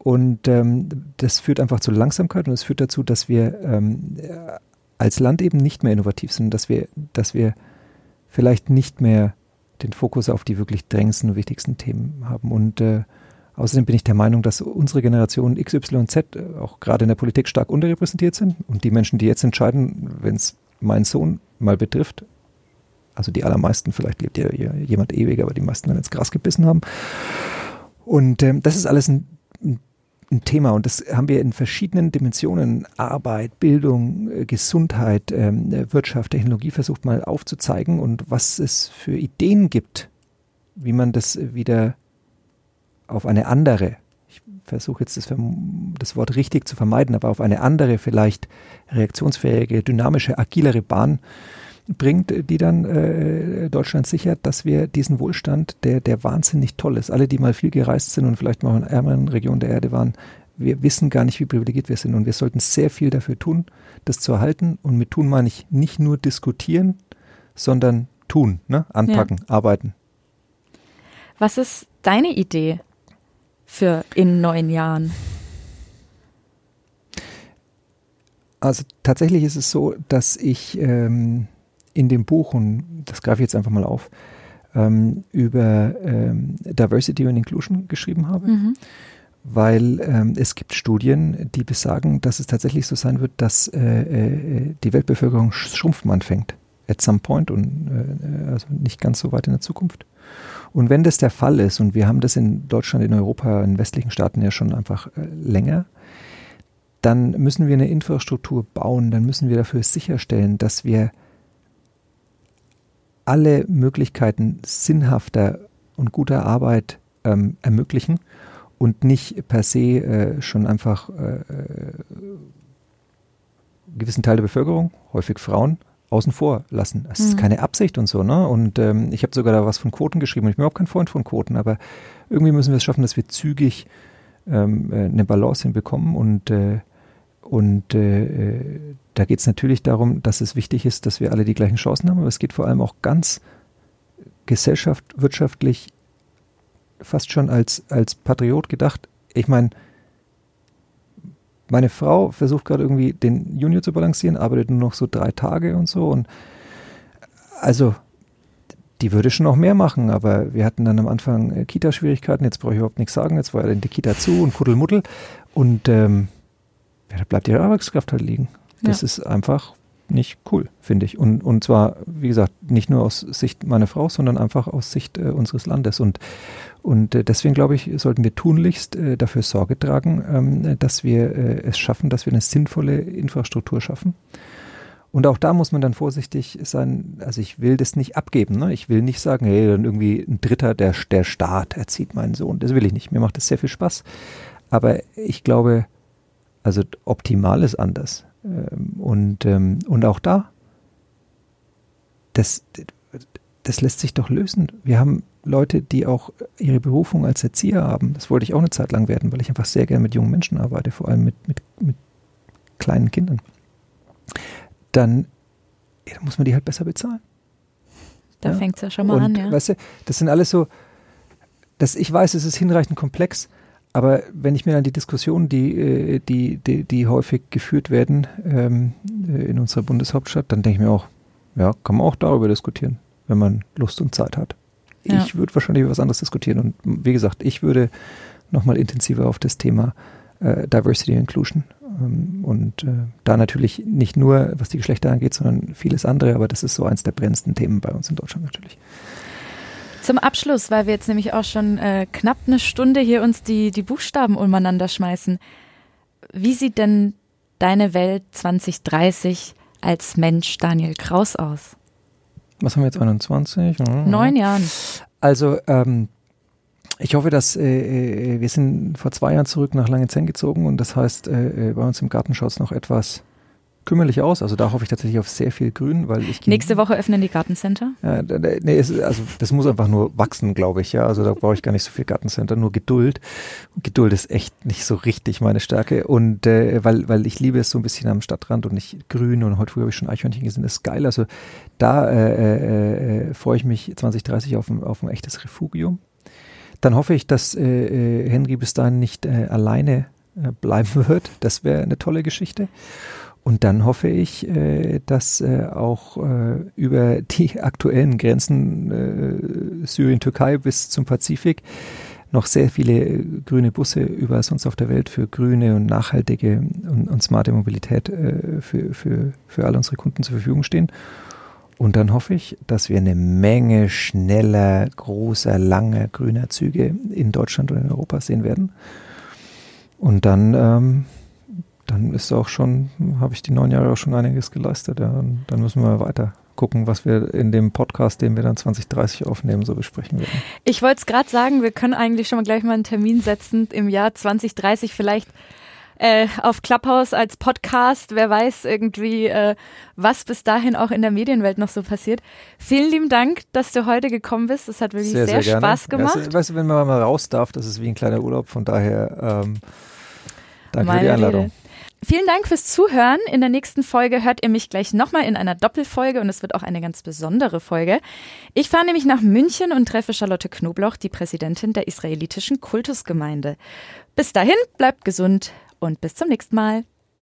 Speaker 3: Und ähm, das führt einfach zu Langsamkeit und es führt dazu, dass wir ähm, als Land eben nicht mehr innovativ sind, dass wir, dass wir vielleicht nicht mehr den Fokus auf die wirklich drängendsten und wichtigsten Themen haben. Und äh, außerdem bin ich der Meinung, dass unsere Generation X, Y, Z äh, auch gerade in der Politik stark unterrepräsentiert sind. Und die Menschen, die jetzt entscheiden, wenn es meinen Sohn mal betrifft, also die allermeisten, vielleicht lebt ja jemand ewig, aber die meisten werden ins Gras gebissen haben. Und ähm, das ist alles ein, ein, ein Thema und das haben wir in verschiedenen Dimensionen, Arbeit, Bildung, äh, Gesundheit, ähm, Wirtschaft, Technologie versucht mal aufzuzeigen und was es für Ideen gibt, wie man das wieder auf eine andere, ich versuche jetzt das, das Wort richtig zu vermeiden, aber auf eine andere, vielleicht reaktionsfähige, dynamische, agilere Bahn bringt, die dann äh, Deutschland sichert, dass wir diesen Wohlstand, der, der wahnsinnig toll ist. Alle, die mal viel gereist sind und vielleicht mal in ärmeren Regionen der Erde waren, wir wissen gar nicht, wie privilegiert wir sind und wir sollten sehr viel dafür tun, das zu erhalten. Und mit tun meine ich nicht nur diskutieren, sondern tun, ne? Anpacken, ja. Arbeiten.
Speaker 1: Was ist deine Idee für in neun Jahren?
Speaker 3: Also tatsächlich ist es so, dass ich ähm, in dem Buch, und das greife ich jetzt einfach mal auf, ähm, über ähm, Diversity und Inclusion geschrieben habe, mhm. weil ähm, es gibt Studien, die besagen, dass es tatsächlich so sein wird, dass äh, äh, die Weltbevölkerung schrumpfen anfängt, at some point und äh, also nicht ganz so weit in der Zukunft. Und wenn das der Fall ist, und wir haben das in Deutschland, in Europa, in westlichen Staaten ja schon einfach äh, länger, dann müssen wir eine Infrastruktur bauen, dann müssen wir dafür sicherstellen, dass wir alle Möglichkeiten sinnhafter und guter Arbeit ähm, ermöglichen und nicht per se äh, schon einfach äh, einen gewissen Teil der Bevölkerung, häufig Frauen, außen vor lassen. Das mhm. ist keine Absicht und so, ne? Und ähm, ich habe sogar da was von Quoten geschrieben und ich bin überhaupt kein Freund von Quoten, aber irgendwie müssen wir es schaffen, dass wir zügig ähm, eine Balance hinbekommen und äh, Und äh, da geht es natürlich darum, dass es wichtig ist, dass wir alle die gleichen Chancen haben, aber es geht vor allem auch ganz gesellschaft, wirtschaftlich, fast schon als, als Patriot gedacht. Ich meine, meine Frau versucht gerade irgendwie den Junior zu balancieren, arbeitet nur noch so drei Tage und so. Und also die würde schon noch mehr machen, aber wir hatten dann am Anfang äh, Kita-Schwierigkeiten, jetzt brauche ich überhaupt nichts sagen, jetzt war ja dann die Kita zu und Kuddelmuddel und ähm, ja, da bleibt ihre Arbeitskraft halt liegen. Das ja. ist einfach nicht cool, finde ich. Und, und zwar, wie gesagt, nicht nur aus Sicht meiner Frau, sondern einfach aus Sicht äh, unseres Landes. Und, und äh, deswegen, glaube ich, sollten wir tunlichst äh, dafür Sorge tragen, ähm, dass wir äh, es schaffen, dass wir eine sinnvolle Infrastruktur schaffen. Und auch da muss man dann vorsichtig sein. Also ich will das nicht abgeben. Ne? Ich will nicht sagen, hey, dann irgendwie ein Dritter, der, der Staat erzieht meinen Sohn. Das will ich nicht. Mir macht das sehr viel Spaß. Aber ich glaube, also optimal ist anders. Und, und auch da, das, das lässt sich doch lösen. Wir haben Leute, die auch ihre Berufung als Erzieher haben. Das wollte ich auch eine Zeit lang werden, weil ich einfach sehr gerne mit jungen Menschen arbeite, vor allem mit, mit, mit kleinen Kindern. Dann, ja, dann muss man die halt besser bezahlen.
Speaker 1: Da ja. fängt es ja schon mal
Speaker 3: und,
Speaker 1: an, ja.
Speaker 3: Weißt du, das sind alles so, das, ich weiß, es ist hinreichend komplex, aber wenn ich mir dann die Diskussionen, die, die, die, die häufig geführt werden ähm, in unserer Bundeshauptstadt, dann denke ich mir auch, ja, kann man auch darüber diskutieren, wenn man Lust und Zeit hat. Ja. Ich würde wahrscheinlich über was anderes diskutieren und wie gesagt, ich würde nochmal intensiver auf das Thema äh, Diversity and Inclusion ähm, und äh, da natürlich nicht nur, was die Geschlechter angeht, sondern vieles andere, aber das ist so eins der brennendsten Themen bei uns in Deutschland natürlich.
Speaker 1: Zum Abschluss, weil wir jetzt nämlich auch schon äh, knapp eine Stunde hier uns die, die Buchstaben umeinander schmeißen. Wie sieht denn deine Welt zwanzig dreißig als Mensch Daniel Kraus aus?
Speaker 3: Was haben wir jetzt, einundzwanzig?
Speaker 1: Neun Jahren.
Speaker 3: Also ähm, ich hoffe, dass äh, wir sind vor zwei Jahren zurück nach Langenzenn gezogen und das heißt, äh, bei uns im Garten schaut es noch etwas kümmerlich aus. Also da hoffe ich tatsächlich auf sehr viel Grün, weil ich...
Speaker 1: Nächste Woche öffnen die Gartencenter?
Speaker 3: Ja, nee, es, also das muss einfach nur wachsen, glaube ich. Ja, also da brauche ich gar nicht so viel Gartencenter, nur Geduld. Und Geduld ist echt nicht so richtig meine Stärke. Und äh, weil, weil ich liebe es so ein bisschen am Stadtrand und nicht grün und heute früh habe ich schon Eichhörnchen gesehen, das ist geil. Also da äh, äh, freue ich mich zwanzig dreißig auf ein, auf ein echtes Refugium. Dann hoffe ich, dass äh, Henry bis dahin nicht äh, alleine äh, bleiben wird. Das wäre eine tolle Geschichte. Und dann hoffe ich, äh, dass äh, auch äh, über die aktuellen Grenzen äh, Syrien-Türkei bis zum Pazifik noch sehr viele grüne Busse überall sonst auf der Welt für grüne und nachhaltige und, und smarte Mobilität äh, für, für, für all unsere Kunden zur Verfügung stehen. Und dann hoffe ich, dass wir eine Menge schneller, großer, langer, grüner Züge in Deutschland und in Europa sehen werden. Und dann, ähm, dann ist auch schon, habe ich die neun Jahre auch schon einiges geleistet. Ja. Und dann müssen wir weiter gucken, was wir in dem Podcast, den wir dann zwanzig dreißig aufnehmen, so besprechen werden.
Speaker 1: Ich wollte es gerade sagen, wir können eigentlich schon mal gleich mal einen Termin setzen im Jahr zwanzig dreißig vielleicht äh, auf Clubhouse als Podcast. Wer weiß irgendwie, äh, was bis dahin auch in der Medienwelt noch so passiert. Vielen lieben Dank, dass du heute gekommen bist. Das hat wirklich sehr, sehr, sehr Spaß gemacht.
Speaker 3: Ja, weißt du, wenn man mal raus darf, das ist wie ein kleiner Urlaub. Von daher ähm, danke Meine für die Einladung. Rede.
Speaker 1: Vielen Dank fürs Zuhören. In der nächsten Folge hört ihr mich gleich nochmal in einer Doppelfolge und es wird auch eine ganz besondere Folge. Ich fahre nämlich nach München und treffe Charlotte Knobloch, die Präsidentin der israelitischen Kultusgemeinde. Bis dahin, bleibt gesund und bis zum nächsten Mal.